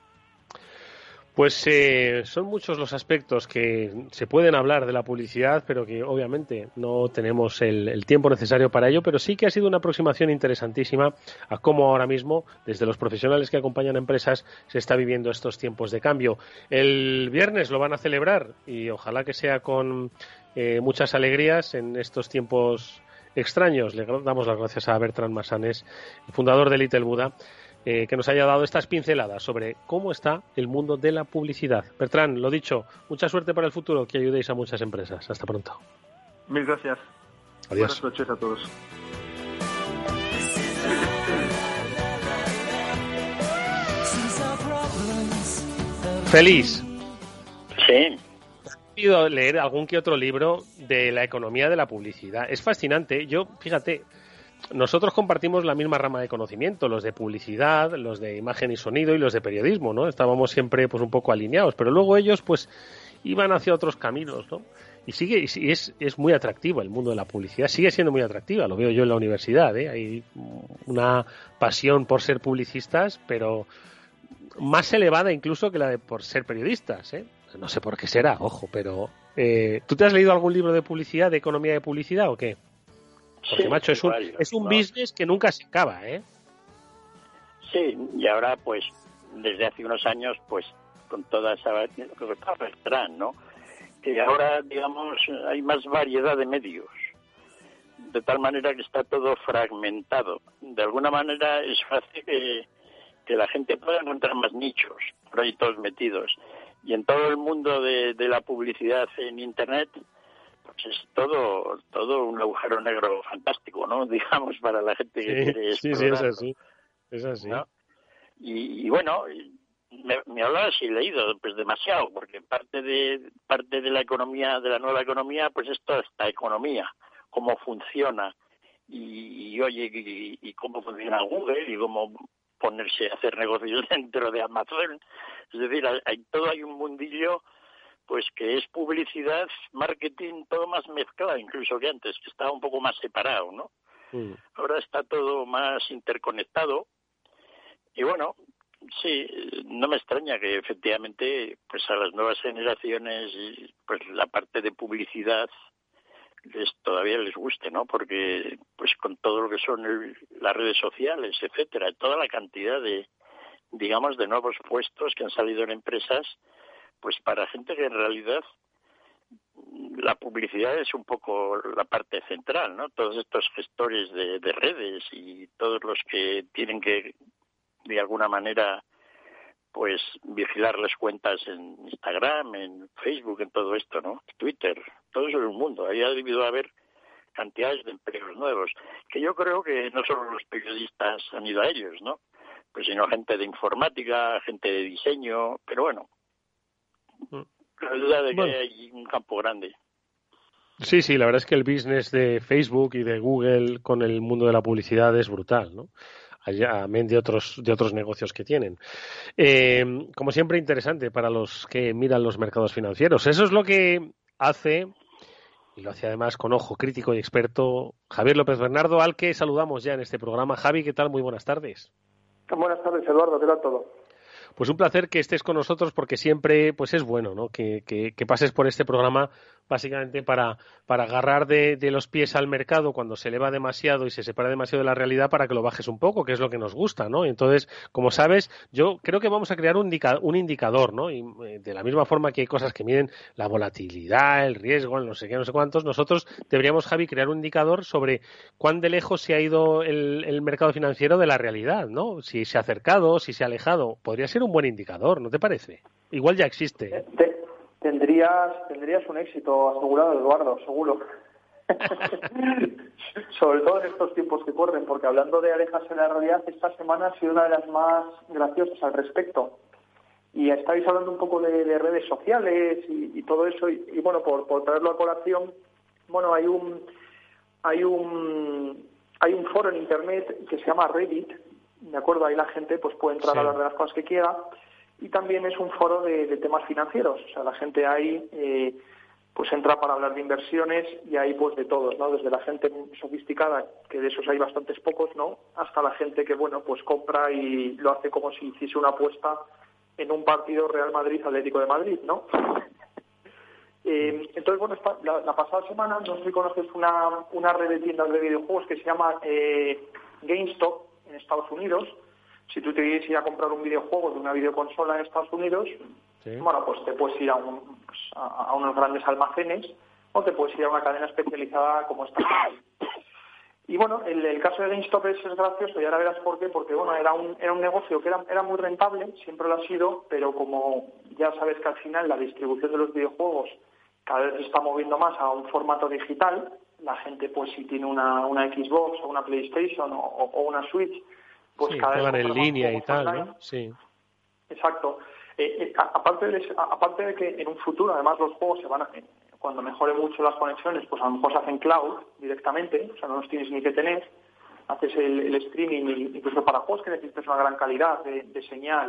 Pues son muchos los aspectos que se pueden hablar de la publicidad, pero que obviamente no tenemos el tiempo necesario para ello, pero sí que ha sido una aproximación interesantísima a cómo ahora mismo, desde los profesionales que acompañan a empresas, se está viviendo estos tiempos de cambio. El viernes lo van a celebrar y ojalá que sea con muchas alegrías en estos tiempos extraños. Le damos las gracias a Bertrand Massanes, fundador de Little Buddha, que nos haya dado estas pinceladas sobre cómo está el mundo de la publicidad. Bertrand, lo dicho, mucha suerte para el futuro, que ayudéis a muchas empresas. Hasta pronto. Mil gracias. Adiós. Buenas noches a todos. Feliz. Sí. He ido a leer algún que otro libro de la economía de la publicidad. Es fascinante. Yo, fíjate, nosotros compartimos la misma rama de conocimiento, los de publicidad, los de imagen y sonido y los de periodismo, ¿no? Estábamos siempre pues un poco alineados, pero luego ellos pues iban hacia otros caminos, ¿no? Y es muy atractivo el mundo de la publicidad, sigue siendo muy atractiva, lo veo yo en la universidad, ¿eh? Hay una pasión por ser publicistas, pero más elevada incluso que la de por ser periodistas, ¿eh? No sé por qué será, ojo, pero ¿tú te has leído algún libro de publicidad, de economía de publicidad o qué? Porque, sí, macho, es un business que nunca se acaba, ¿eh? Sí, y ahora, pues, desde hace unos años, pues, con toda esa... Bertrand, ¿no? Que ahora, digamos, hay más variedad de medios, de tal manera que está todo fragmentado. De alguna manera es fácil que la gente pueda encontrar más nichos, por ahí todos metidos. Y en todo el mundo de la publicidad en Internet, pues es todo un agujero negro fantástico, ¿no? Digamos, para la gente que quiere explorar. Sí, es así. ¿No? Y bueno, me hablabas y he leído pues demasiado, porque parte de la economía, de la nueva economía, pues es toda esta economía, cómo funciona y cómo funciona Google y cómo ponerse a hacer negocios dentro de Amazon. Es decir, hay un mundillo pues que es publicidad, marketing, todo más mezclado incluso que antes, que estaba un poco más separado, ¿no? Ahora está todo más interconectado y bueno, sí, no me extraña que efectivamente pues a las nuevas generaciones pues la parte de publicidad todavía les guste, ¿no? Porque pues con todo lo que son las redes sociales, etcétera, toda la cantidad de, digamos, de nuevos puestos que han salido en empresas, pues para gente que en realidad la publicidad es un poco la parte central, ¿no? Todos estos gestores de redes y todos los que tienen que, de alguna manera, pues vigilar las cuentas en Instagram, en Facebook, en todo esto, ¿no? Twitter, todo eso es un mundo. Ahí ha debido haber cantidades de empleos nuevos, que yo creo que no solo los periodistas han ido a ellos, ¿no? Pues sino gente de informática, gente de diseño, pero bueno, la duda de que hay un campo grande. Sí, la verdad es que el business de Facebook y de Google con el mundo de la publicidad es brutal, ¿no? Amén de otros negocios que tienen. Como siempre, interesante para los que miran los mercados financieros. Eso es lo que hace, y lo hace además con ojo crítico y experto, Javier López Bernardo, al que saludamos ya en este programa. Javi, ¿qué tal? Muy buenas tardes. Buenas tardes, Eduardo. ¿Qué tal todo? Pues un placer que estés con nosotros porque siempre pues es bueno, ¿no? Que pases por este programa básicamente para agarrar de los pies al mercado cuando se eleva demasiado y se separa demasiado de la realidad para que lo bajes un poco, que es lo que nos gusta, ¿no? Entonces, como sabes, yo creo que vamos a crear un indicador, ¿no? Y de la misma forma que hay cosas que miden la volatilidad, el riesgo, el no sé qué, no sé cuántos, nosotros deberíamos, Javi, crear un indicador sobre cuán de lejos se ha ido el mercado financiero de la realidad, ¿no? Si se ha acercado, si se ha alejado. Podría ser un buen indicador, ¿no te parece? Igual ya existe. Tendrías un éxito asegurado, Eduardo, seguro. Sobre todo en estos tiempos que corren, porque hablando de alejarse de la realidad, esta semana ha sido una de las más graciosas al respecto. Y estáis hablando un poco de redes sociales y todo eso, y bueno, por traerlo a colación, bueno, hay un foro en Internet que se llama Reddit, ¿de acuerdo? Ahí la gente pues puede entrar a hablar de las cosas que quiera. Y también es un foro de temas financieros, o sea, la gente ahí pues entra para hablar de inversiones y ahí pues de todos, ¿no? Desde la gente sofisticada, que de esos hay bastantes pocos, ¿no? Hasta la gente que, bueno, pues compra y lo hace como si hiciese una apuesta en un partido Real Madrid-Atlético de Madrid, ¿no? Entonces, bueno, la pasada semana, no sé si conoces una red de tiendas de videojuegos que se llama GameStop en Estados Unidos. Si tú te quieres ir a comprar un videojuego de una videoconsola en Estados Unidos, bueno, pues te puedes ir a unos grandes almacenes o te puedes ir a una cadena especializada como esta. Y bueno, el caso de GameStop es gracioso y ahora verás por qué, porque bueno, era un negocio que era muy rentable, siempre lo ha sido, pero como ya sabes que al final la distribución de los videojuegos cada vez se está moviendo más a un formato digital, la gente pues si tiene una Xbox o una PlayStation o una Switch, pues sí, cada vez en línea y tal, online, ¿no? Sí. Exacto. Aparte de que en un futuro, además, los juegos se van a, cuando mejore mucho las conexiones, pues a lo mejor se hacen cloud directamente, o sea, no los tienes ni que tener, haces el streaming, incluso para juegos que necesitas una gran calidad de señal.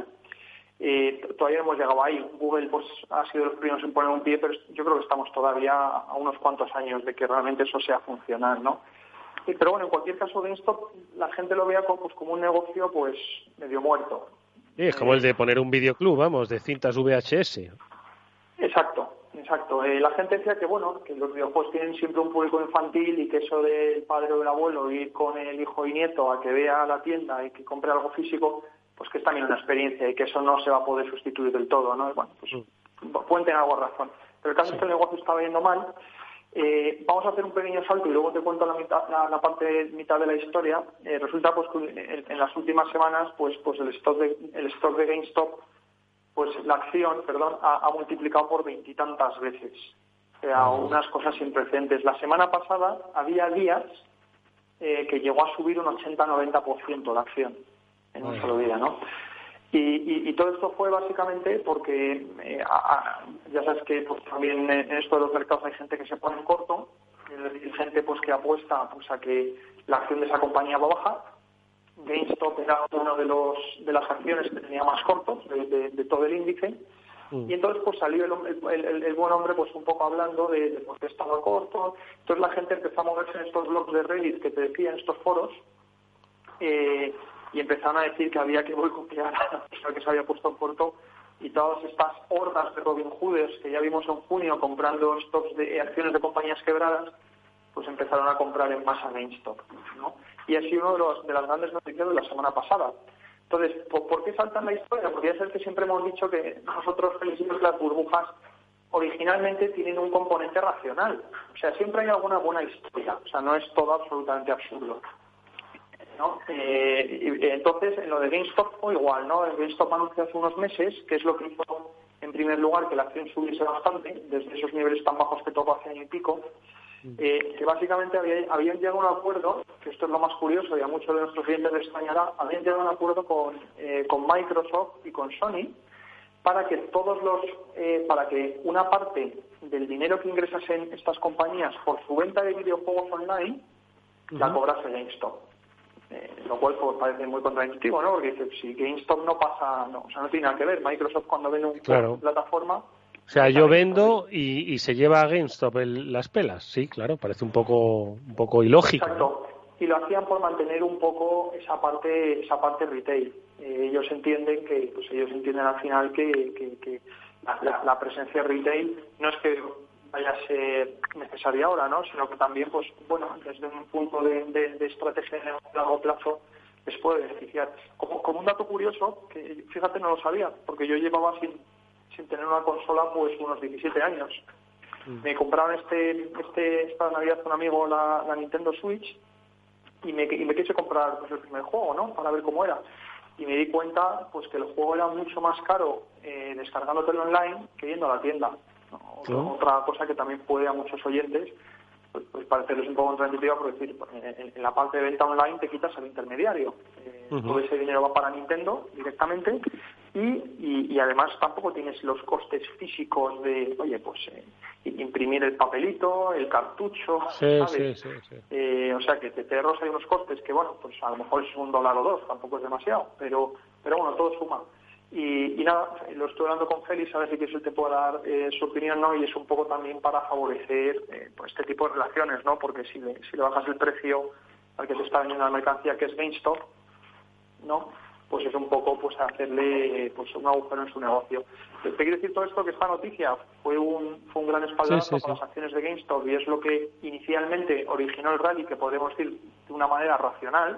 Todavía no hemos llegado ahí. Google pues ha sido los primeros en poner un pie, pero yo creo que estamos todavía a unos cuantos años de que realmente eso sea funcional, ¿no? Pero bueno, en cualquier caso, GameStop, la gente lo vea como un negocio pues medio muerto. Sí, es como el de poner un videoclub, vamos, de cintas VHS. Exacto. La gente decía que bueno, que los videojuegos tienen siempre un público infantil y que eso del padre o del abuelo ir con el hijo y nieto a que vea la tienda y que compre algo físico, pues que es también una experiencia y que eso no se va a poder sustituir del todo, ¿no? Y bueno, pues pueden tener algo de razón. Pero el caso es que el negocio estaba yendo mal. Vamos a hacer un pequeño salto y luego te cuento la mitad de la historia. Resulta pues que en las últimas semanas pues el stock de GameStop, pues la acción, ha multiplicado por 20 y tantas veces. O sea, unas cosas sin precedentes. La semana pasada había días que llegó a subir un 80-90% la acción en un solo día, ¿no? Y todo esto fue básicamente porque ya sabes que pues, también en esto de los mercados hay gente que se pone en corto, y gente pues que apuesta pues a que la acción de esa compañía va a bajar. GameStop era uno de las acciones que tenía más cortos de todo el índice, y entonces pues salió el buen hombre pues un poco hablando de por qué estaba corto. Entonces la gente empezó a moverse en estos blogs de Reddit que te decía, en estos foros, y empezaron a decir que había que boicotear a la persona que se había puesto en corto, y todas estas hordas de Robin Hooders que ya vimos en junio comprando stocks de acciones de compañías quebradas, pues empezaron a comprar en masa GameStop, ¿no? Y ha sido uno de las grandes noticias de la semana pasada. Entonces, ¿por qué saltan la historia? Porque ya sabes que siempre hemos dicho que nosotros pensamos que las burbujas originalmente tienen un componente racional. O sea, siempre hay alguna buena historia. O sea, no es todo absolutamente absurdo. ¿no? Entonces, en lo de GameStop fue igual, ¿no? GameStop anunció hace unos meses, que es lo que hizo, en primer lugar, que la acción subiese bastante, desde esos niveles tan bajos que tocó hace año y pico, que básicamente habían llegado a un acuerdo, que esto es lo más curioso y a muchos de nuestros clientes les extrañará, habían llegado a un acuerdo con Microsoft y con Sony para que para que una parte del dinero que ingresasen estas compañías por su venta de videojuegos online la cobrase GameStop. Lo cual pues, parece muy contraintuitivo, ¿no? Porque dice, si GameStop no tiene nada que ver. Microsoft cuando vende una plataforma... O sea, yo vendo y se lleva a GameStop las pelas. Sí, claro, parece un poco ilógico. Exacto. ¿No? Y lo hacían por mantener un poco esa parte retail. Ellos entienden al final que la presencia retail no es que vaya a ser necesaria ahora, ¿no? Sino que también, pues bueno, desde un punto de estrategia de largo plazo les puede beneficiar. Como un dato curioso, que fíjate no lo sabía, porque yo llevaba sin tener una consola pues unos 17 años. Me compraron esta Navidad un amigo la Nintendo Switch y me quise comprar pues, el primer juego, ¿no? Para ver cómo era. Y me di cuenta pues que el juego era mucho más caro descargándotelo online que yendo a la tienda. ¿No? Otra cosa que también puede a muchos oyentes pues parecerles un poco contraintuitiva, por decir, en la parte de venta online te quitas al intermediario. Todo ese dinero va para Nintendo directamente y además tampoco tienes los costes físicos de, imprimir el papelito, el cartucho, ¿sabes? Sí. O sea que te ahorras hay unos costes que, bueno, pues a lo mejor es $1 o $2, tampoco es demasiado, pero bueno, todo suma. Y nada, lo estoy hablando con Félix, a ver si él te puede dar su opinión, ¿no? Y es un poco también para favorecer pues este tipo de relaciones, ¿no? Porque si le bajas el precio al que te está vendiendo la mercancía, que es GameStop, ¿no? Pues es un poco pues hacerle pues un agujero en su negocio. Te quiero decir todo esto, que esta noticia fue un gran espaldarazo para las acciones de GameStop y es lo que inicialmente originó el rally, que podemos decir de una manera racional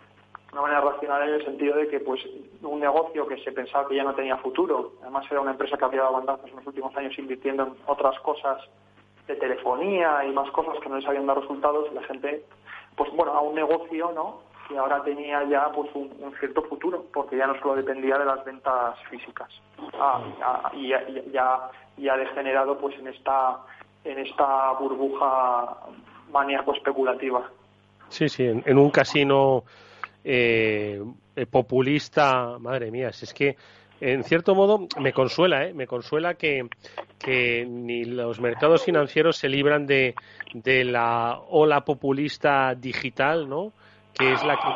en el sentido de que pues un negocio que se pensaba que ya no tenía futuro, además era una empresa que había dado bandazos en los últimos años invirtiendo en otras cosas de telefonía y más cosas que no les habían dado resultados, la gente pues bueno, a un negocio, ¿no?, que ahora tenía ya pues un cierto futuro, porque ya no solo dependía de las ventas físicas. Y ha degenerado pues en esta burbuja maníaco especulativa. Sí, en un casino populista, madre mía, es que en cierto modo me consuela que ni los mercados financieros se libran de la ola populista digital, ¿no?, que es la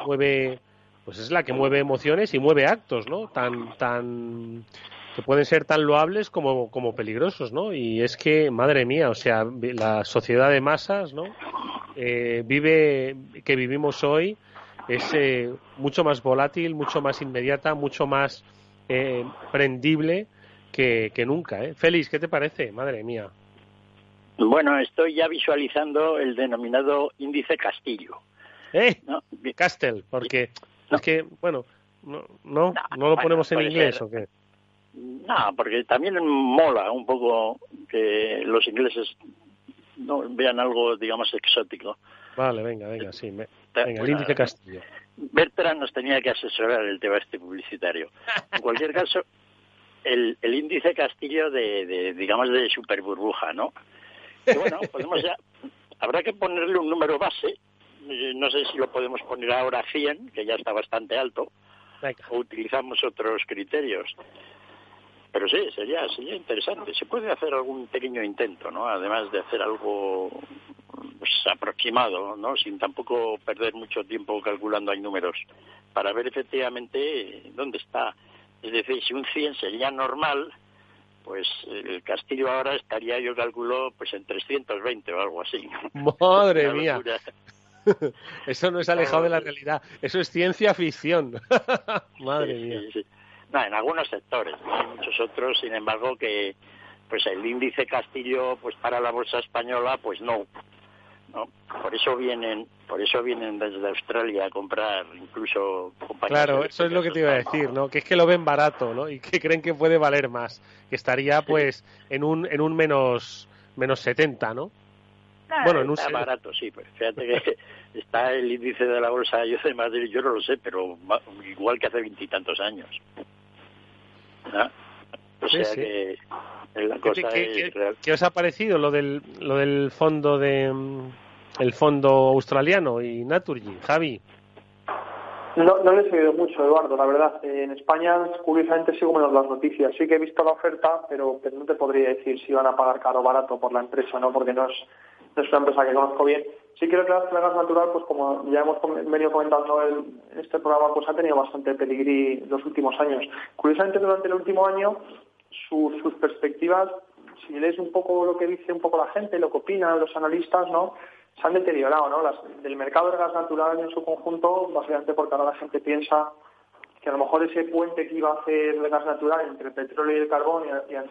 que mueve emociones y mueve actos, ¿no?, tan que pueden ser tan loables como peligrosos, ¿no? Y es que, madre mía, o sea, la sociedad de masas, ¿no?, que vivimos hoy es mucho más volátil, mucho más inmediata, mucho más prendible que nunca, ¿eh? Félix, ¿qué te parece? Madre mía. Bueno, estoy ya visualizando el denominado índice Castillo. ¿No? Castel, porque no. Es que, bueno, no lo ponemos en inglés, ser. ¿O qué? No, porque también mola un poco que los ingleses no vean algo, digamos, exótico. Vale, venga, sí. El índice Castillo. Bertrand nos tenía que asesorar el tema publicitario. En cualquier caso, el índice Castillo digamos, de super burbuja, ¿no? Que bueno, habrá que ponerle un número base. No sé si lo podemos poner ahora 100, que ya está bastante alto, o utilizamos otros criterios. Pero sí, sería interesante. Se puede hacer algún pequeño intento, ¿no? Además de hacer algo pues, aproximado, ¿no? Sin tampoco perder mucho tiempo calculando hay números, para ver efectivamente dónde está. Es decir, si un 100 sería normal, pues el Castillo ahora estaría, yo calculo, pues en 320 o algo así. ¡Madre mía! Eso no es alejado de la realidad, eso es ciencia ficción. Madre mía. Sí. No, en algunos sectores, ¿no? Hay muchos otros, sin embargo, que pues el índice Castillo pues para la bolsa española pues no. Por eso vienen desde Australia a comprar incluso compañías. Claro, eso es lo que te iba a decir, ¿no? Que es que lo ven barato, ¿no? Y que creen que puede valer más, que estaría pues en un menos 70, ¿no? Bueno, está barato, sí, pues fíjate que está el índice de la bolsa de Madrid, yo no lo sé, pero igual que hace 20 y tantos años. ¿No? O sea sí. Que la cosa es real. ¿Qué os ha parecido lo del fondo el fondo australiano y Naturgy, Javi? No le he seguido mucho, Eduardo, la verdad. En España, curiosamente, sigo menos las noticias. Sí que he visto la oferta, pero no te podría decir si van a pagar caro o barato por la empresa, ¿no? Porque no es una empresa que conozco bien. Sí creo que la gas natural, pues como ya hemos venido comentando en este programa, pues ha tenido bastante peligrí los últimos años. Curiosamente, durante el último año, sus perspectivas, si lees un poco lo que dice un poco la gente, lo que opinan los analistas, ¿no?, se han deteriorado, ¿no? Del mercado del gas natural en su conjunto, básicamente porque ahora la gente piensa que a lo mejor ese puente que iba a hacer el gas natural entre el petróleo y el carbón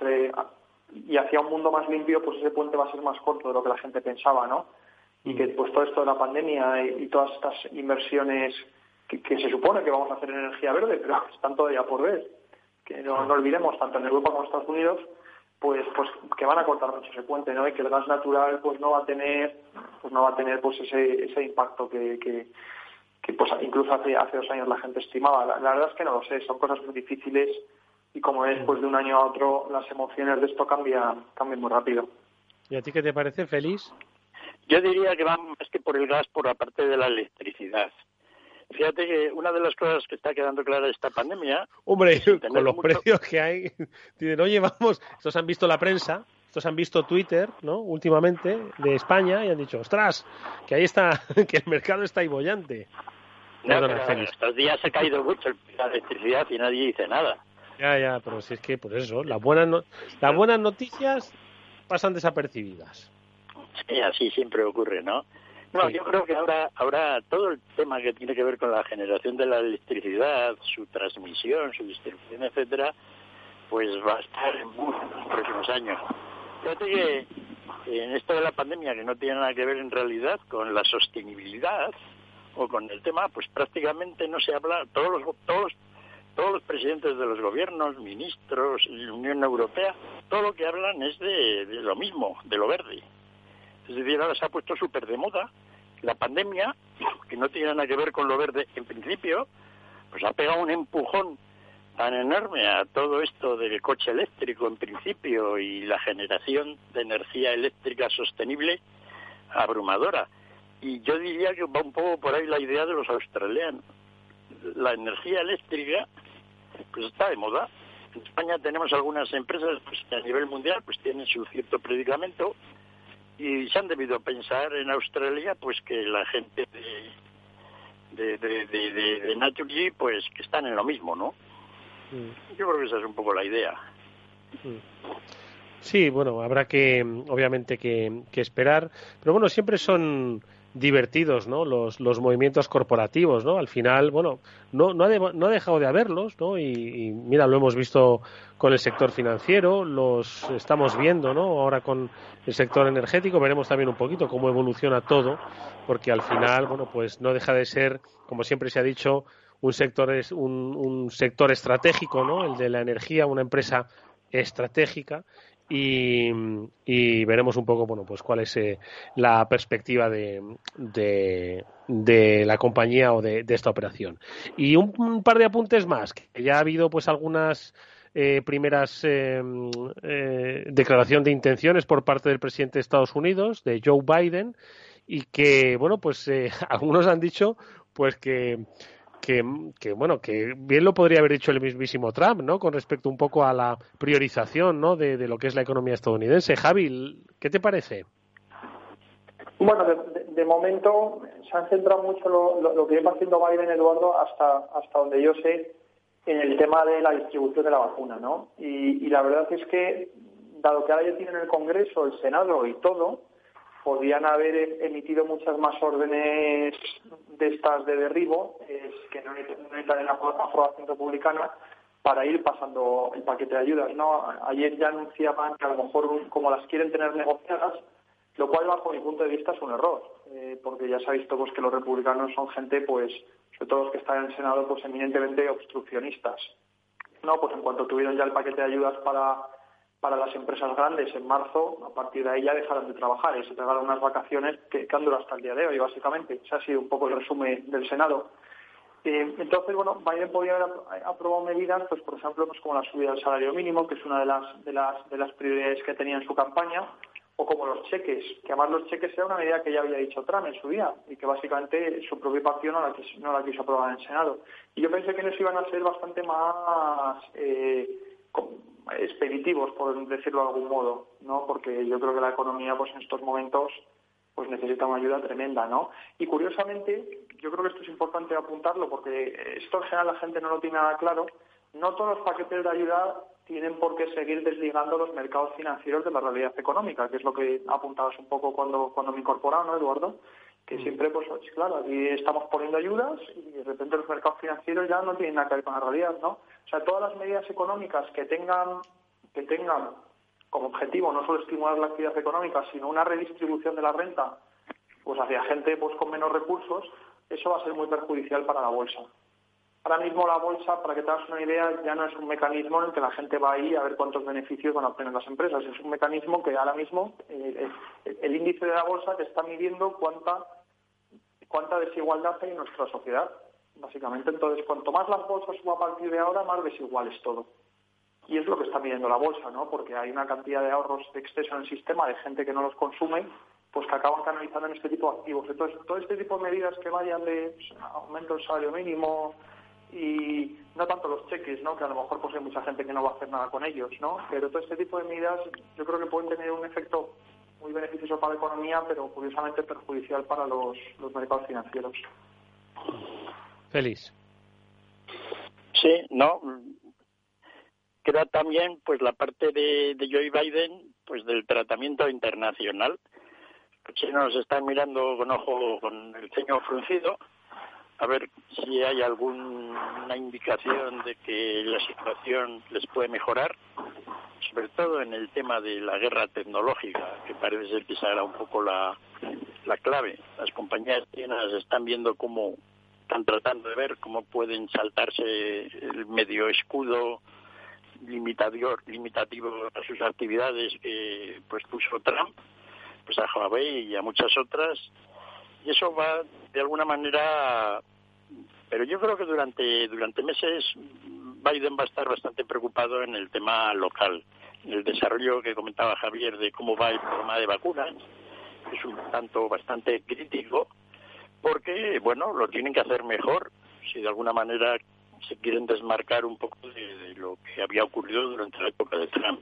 y hacia un mundo más limpio, pues ese puente va a ser más corto de lo que la gente pensaba, ¿no? Y que pues todo esto de la pandemia y todas estas inversiones que se supone que vamos a hacer en energía verde, pero están todavía por ver, que no olvidemos, tanto en Europa como en Estados Unidos, pues que van a cortar mucho ese puente, ¿no? Y que el gas natural pues no va a tener pues ese impacto que pues incluso hace 2 años la gente estimaba. La verdad es que no lo sé, son cosas muy difíciles y como es, pues de un año a otro las emociones de esto cambian muy rápido. ¿Y a ti qué te parece, Félix? Yo diría que van más que por el gas, por la parte de la electricidad. Fíjate que una de las cosas que está quedando clara de esta pandemia... Hombre, con los precios que hay, dicen, oye, vamos, estos han visto la prensa, estos han visto Twitter, ¿no?, últimamente, de España, y han dicho, ostras, que ahí está, que el mercado está ahí bollante. No, pero estos días ha caído mucho la electricidad y nadie dice nada. Ya, pero si es que, por eso, las buenas noticias pasan desapercibidas. Sí, así siempre ocurre, ¿no? No, sí. Yo creo que ahora todo el tema que tiene que ver con la generación de la electricidad, su transmisión, su distribución, etcétera, pues va a estar en los próximos años. Fíjate que en esto de la pandemia, que no tiene nada que ver en realidad con la sostenibilidad o con el tema, pues prácticamente no se habla, todos los presidentes de los gobiernos, ministros, Unión Europea, todo lo que hablan es de lo mismo, de lo verde. Es decir, ahora se ha puesto súper de moda la pandemia, que no tiene nada que ver con lo verde en principio, pues ha pegado un empujón tan enorme a todo esto del coche eléctrico en principio y la generación de energía eléctrica sostenible abrumadora. Y yo diría que va un poco por ahí la idea de los australianos. La energía eléctrica pues está de moda. En España tenemos algunas empresas pues, que a nivel mundial pues tienen su cierto predicamento. Y se han debido pensar en Australia, pues que la gente de Naturgy, pues que están en lo mismo, ¿no? Yo creo que esa es un poco la idea. Sí, bueno, habrá que, obviamente, que esperar. Pero bueno, siempre son divertidos, ¿no?, los movimientos corporativos, ¿no? Al final, bueno, no ha dejado de haberlos, ¿no? Y mira, lo hemos visto con el sector financiero, los estamos viendo, ¿no?, ahora con el sector energético, veremos también un poquito cómo evoluciona todo, porque al final, bueno, pues no deja de ser, como siempre se ha dicho, un sector estratégico, ¿no?, el de la energía, una empresa estratégica. Y veremos un poco, bueno, pues cuál es la perspectiva de la compañía o de esta operación. Y un par de apuntes más, que ya ha habido pues algunas primeras declaración de intenciones por parte del presidente de Estados Unidos, de Joe Biden, y que, bueno, pues algunos han dicho pues que bueno, que bien lo podría haber dicho el mismísimo Trump, ¿no?, con respecto un poco a la priorización, ¿no?, de lo que es la economía estadounidense. Javi, ¿qué te parece? Bueno, de momento se han centrado mucho lo que lleva haciendo Biden, Eduardo, hasta donde yo sé, en el tema de la distribución de la vacuna, ¿no? Y la verdad es que, dado que ahora ya tienen el Congreso, el Senado y todo, podrían haber emitido muchas más órdenes de estas de derribo, que no entran en la aprobación republicana, para ir pasando el paquete de ayudas, ¿no? Ayer ya anunciaban que a lo mejor, como las quieren tener negociadas, lo cual, bajo mi punto de vista, es un error, porque ya se ha visto pues, que los republicanos son gente, pues, sobre todo los que están en el Senado, pues eminentemente obstruccionistas, ¿no? Pues en cuanto tuvieron ya el paquete de ayudas para para las empresas grandes en marzo. A partir de ahí ya dejaron de trabajar y se pegaron unas vacaciones que han durado hasta el día de hoy, básicamente. Ese ha sido un poco el resumen del Senado. Entonces, bueno, Biden podría haber aprobado medidas, pues por ejemplo, pues como la subida del salario mínimo, que es una de las prioridades que tenía en su campaña, o como los cheques, que además los cheques era una medida que ya había dicho Trump en su día y que básicamente su propio partido no la quiso aprobar en el Senado. Y yo pensé que nos iban a ser bastante más expeditivos, por decirlo de algún modo, ¿no? Porque yo creo que la economía, pues en estos momentos, pues necesita una ayuda tremenda, ¿no? Y curiosamente, yo creo que esto es importante apuntarlo, porque esto en general la gente no lo tiene nada claro. No todos los paquetes de ayuda tienen por qué seguir desligando los mercados financieros de la realidad económica, que es lo que apuntabas un poco cuando me incorporaba, ¿no, Eduardo? Que siempre, pues claro, aquí estamos poniendo ayudas y de repente los mercados financieros ya no tienen nada que ver con la realidad, ¿no? O sea, todas las medidas económicas que tengan como objetivo no solo estimular la actividad económica, sino una redistribución de la renta, pues hacia gente pues con menos recursos, eso va a ser muy perjudicial para la bolsa. Ahora mismo la bolsa, para que te hagas una idea, ya no es un mecanismo en el que la gente va ahí a ver cuántos beneficios van a obtener las empresas. Es un mecanismo que ahora mismo el índice de la bolsa te está midiendo cuánta desigualdad hay en nuestra sociedad, básicamente. Entonces, cuanto más la bolsa suba a partir de ahora, más desigual es todo. Y es lo que está midiendo la bolsa, ¿no? Porque hay una cantidad de ahorros de exceso en el sistema de gente que no los consume, pues que acaban canalizando en este tipo de activos. Entonces, todo este tipo de medidas que vayan de aumento del salario mínimo y no tanto los cheques, ¿no? Que a lo mejor pues hay mucha gente que no va a hacer nada con ellos, ¿no? Pero todo este tipo de medidas yo creo que pueden tener un efecto muy beneficioso para la economía, pero curiosamente perjudicial para los mercados financieros. Félix. Sí, no. Creo también pues la parte de Joe Biden, pues del tratamiento internacional. Los chinos están mirando con el ceño fruncido a ver si hay alguna indicación de que la situación les puede mejorar, sobre todo en el tema de la guerra tecnológica, que parece ser que será un poco la clave. Las compañías chinas están viendo están tratando de ver cómo pueden saltarse el medio escudo limitativo a sus actividades que pues puso Trump, pues a Huawei y a muchas otras, y eso va de alguna manera, pero yo creo que durante meses Biden va a estar bastante preocupado en el tema local, en el desarrollo que comentaba Javier de cómo va el programa de vacunas, que es un tanto bastante crítico, porque bueno, lo tienen que hacer mejor si de alguna manera se quieren desmarcar un poco de lo que había ocurrido durante la época de Trump.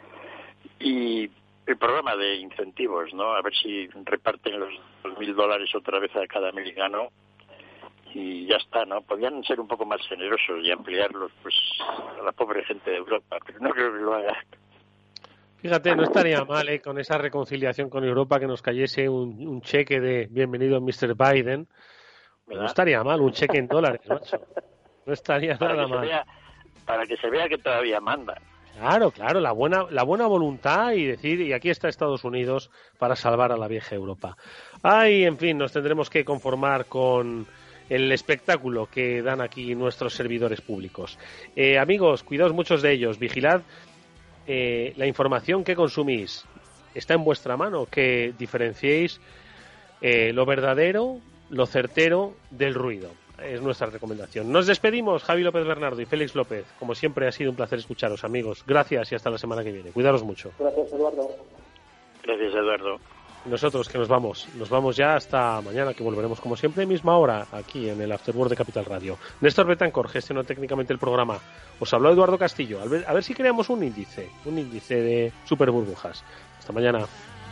Y el programa de incentivos, ¿no? A ver si reparten los $1,000 otra vez a cada americano y ya está, ¿no? Podrían ser un poco más generosos y ampliarlos pues a la pobre gente de Europa, pero no creo que lo haga. Fíjate, no estaría mal con esa reconciliación con Europa que nos cayese un cheque de bienvenido Mr. Biden. ¿Verdad? No estaría mal, un cheque en dólares, macho. No estaría nada mal. Para que se vea que todavía manda. Claro, la buena voluntad y decir, y aquí está Estados Unidos para salvar a la vieja Europa. En fin, nos tendremos que conformar con el espectáculo que dan aquí nuestros servidores públicos. Amigos, cuidaos muchos de ellos, vigilad la información que consumís. Está en vuestra mano, que diferenciéis lo verdadero, lo certero del ruido. Es nuestra recomendación. Nos despedimos, Javi López Bernardo y Félix López. Como siempre, ha sido un placer escucharos, amigos. Gracias y hasta la semana que viene. Cuidaros mucho. Gracias, Eduardo. Gracias, Eduardo. Nosotros que nos vamos ya hasta mañana, que volveremos como siempre, misma hora, aquí en el Afterworld de Capital Radio. Néstor Betancor gestionó técnicamente el programa. Os habló Eduardo Castillo. A ver si creamos un índice de super burbujas. Hasta mañana.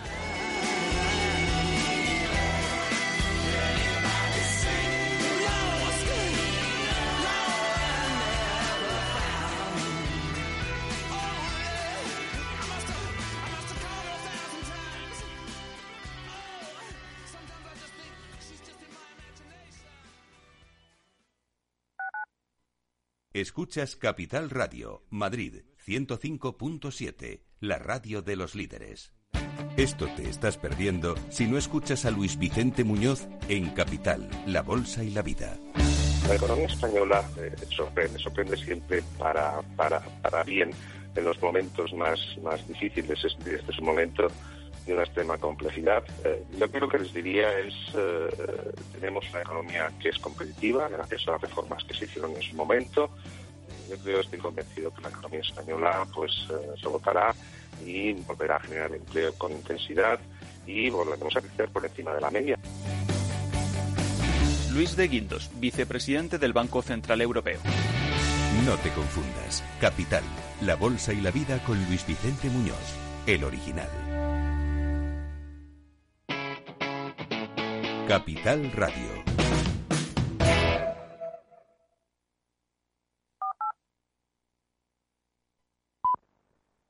Escuchas Capital Radio, Madrid 105.7, la radio de los líderes. Esto te estás perdiendo si no escuchas a Luis Vicente Muñoz en Capital, la bolsa y la vida. La economía española sorprende siempre para bien. en los momentos más difíciles. Este es un momento de una extrema complejidad. Yo creo que les diría es, tenemos una economía que es competitiva gracias a las reformas que se hicieron en su momento. Yo estoy convencido que la economía española pues rebotará y volverá a generar empleo con intensidad y volveremos a crecer por encima de la media. Luis de Guindos, vicepresidente del Banco Central Europeo. No te confundas. Capital, la bolsa y la vida con Luis Vicente Muñoz, el original. Capital Radio.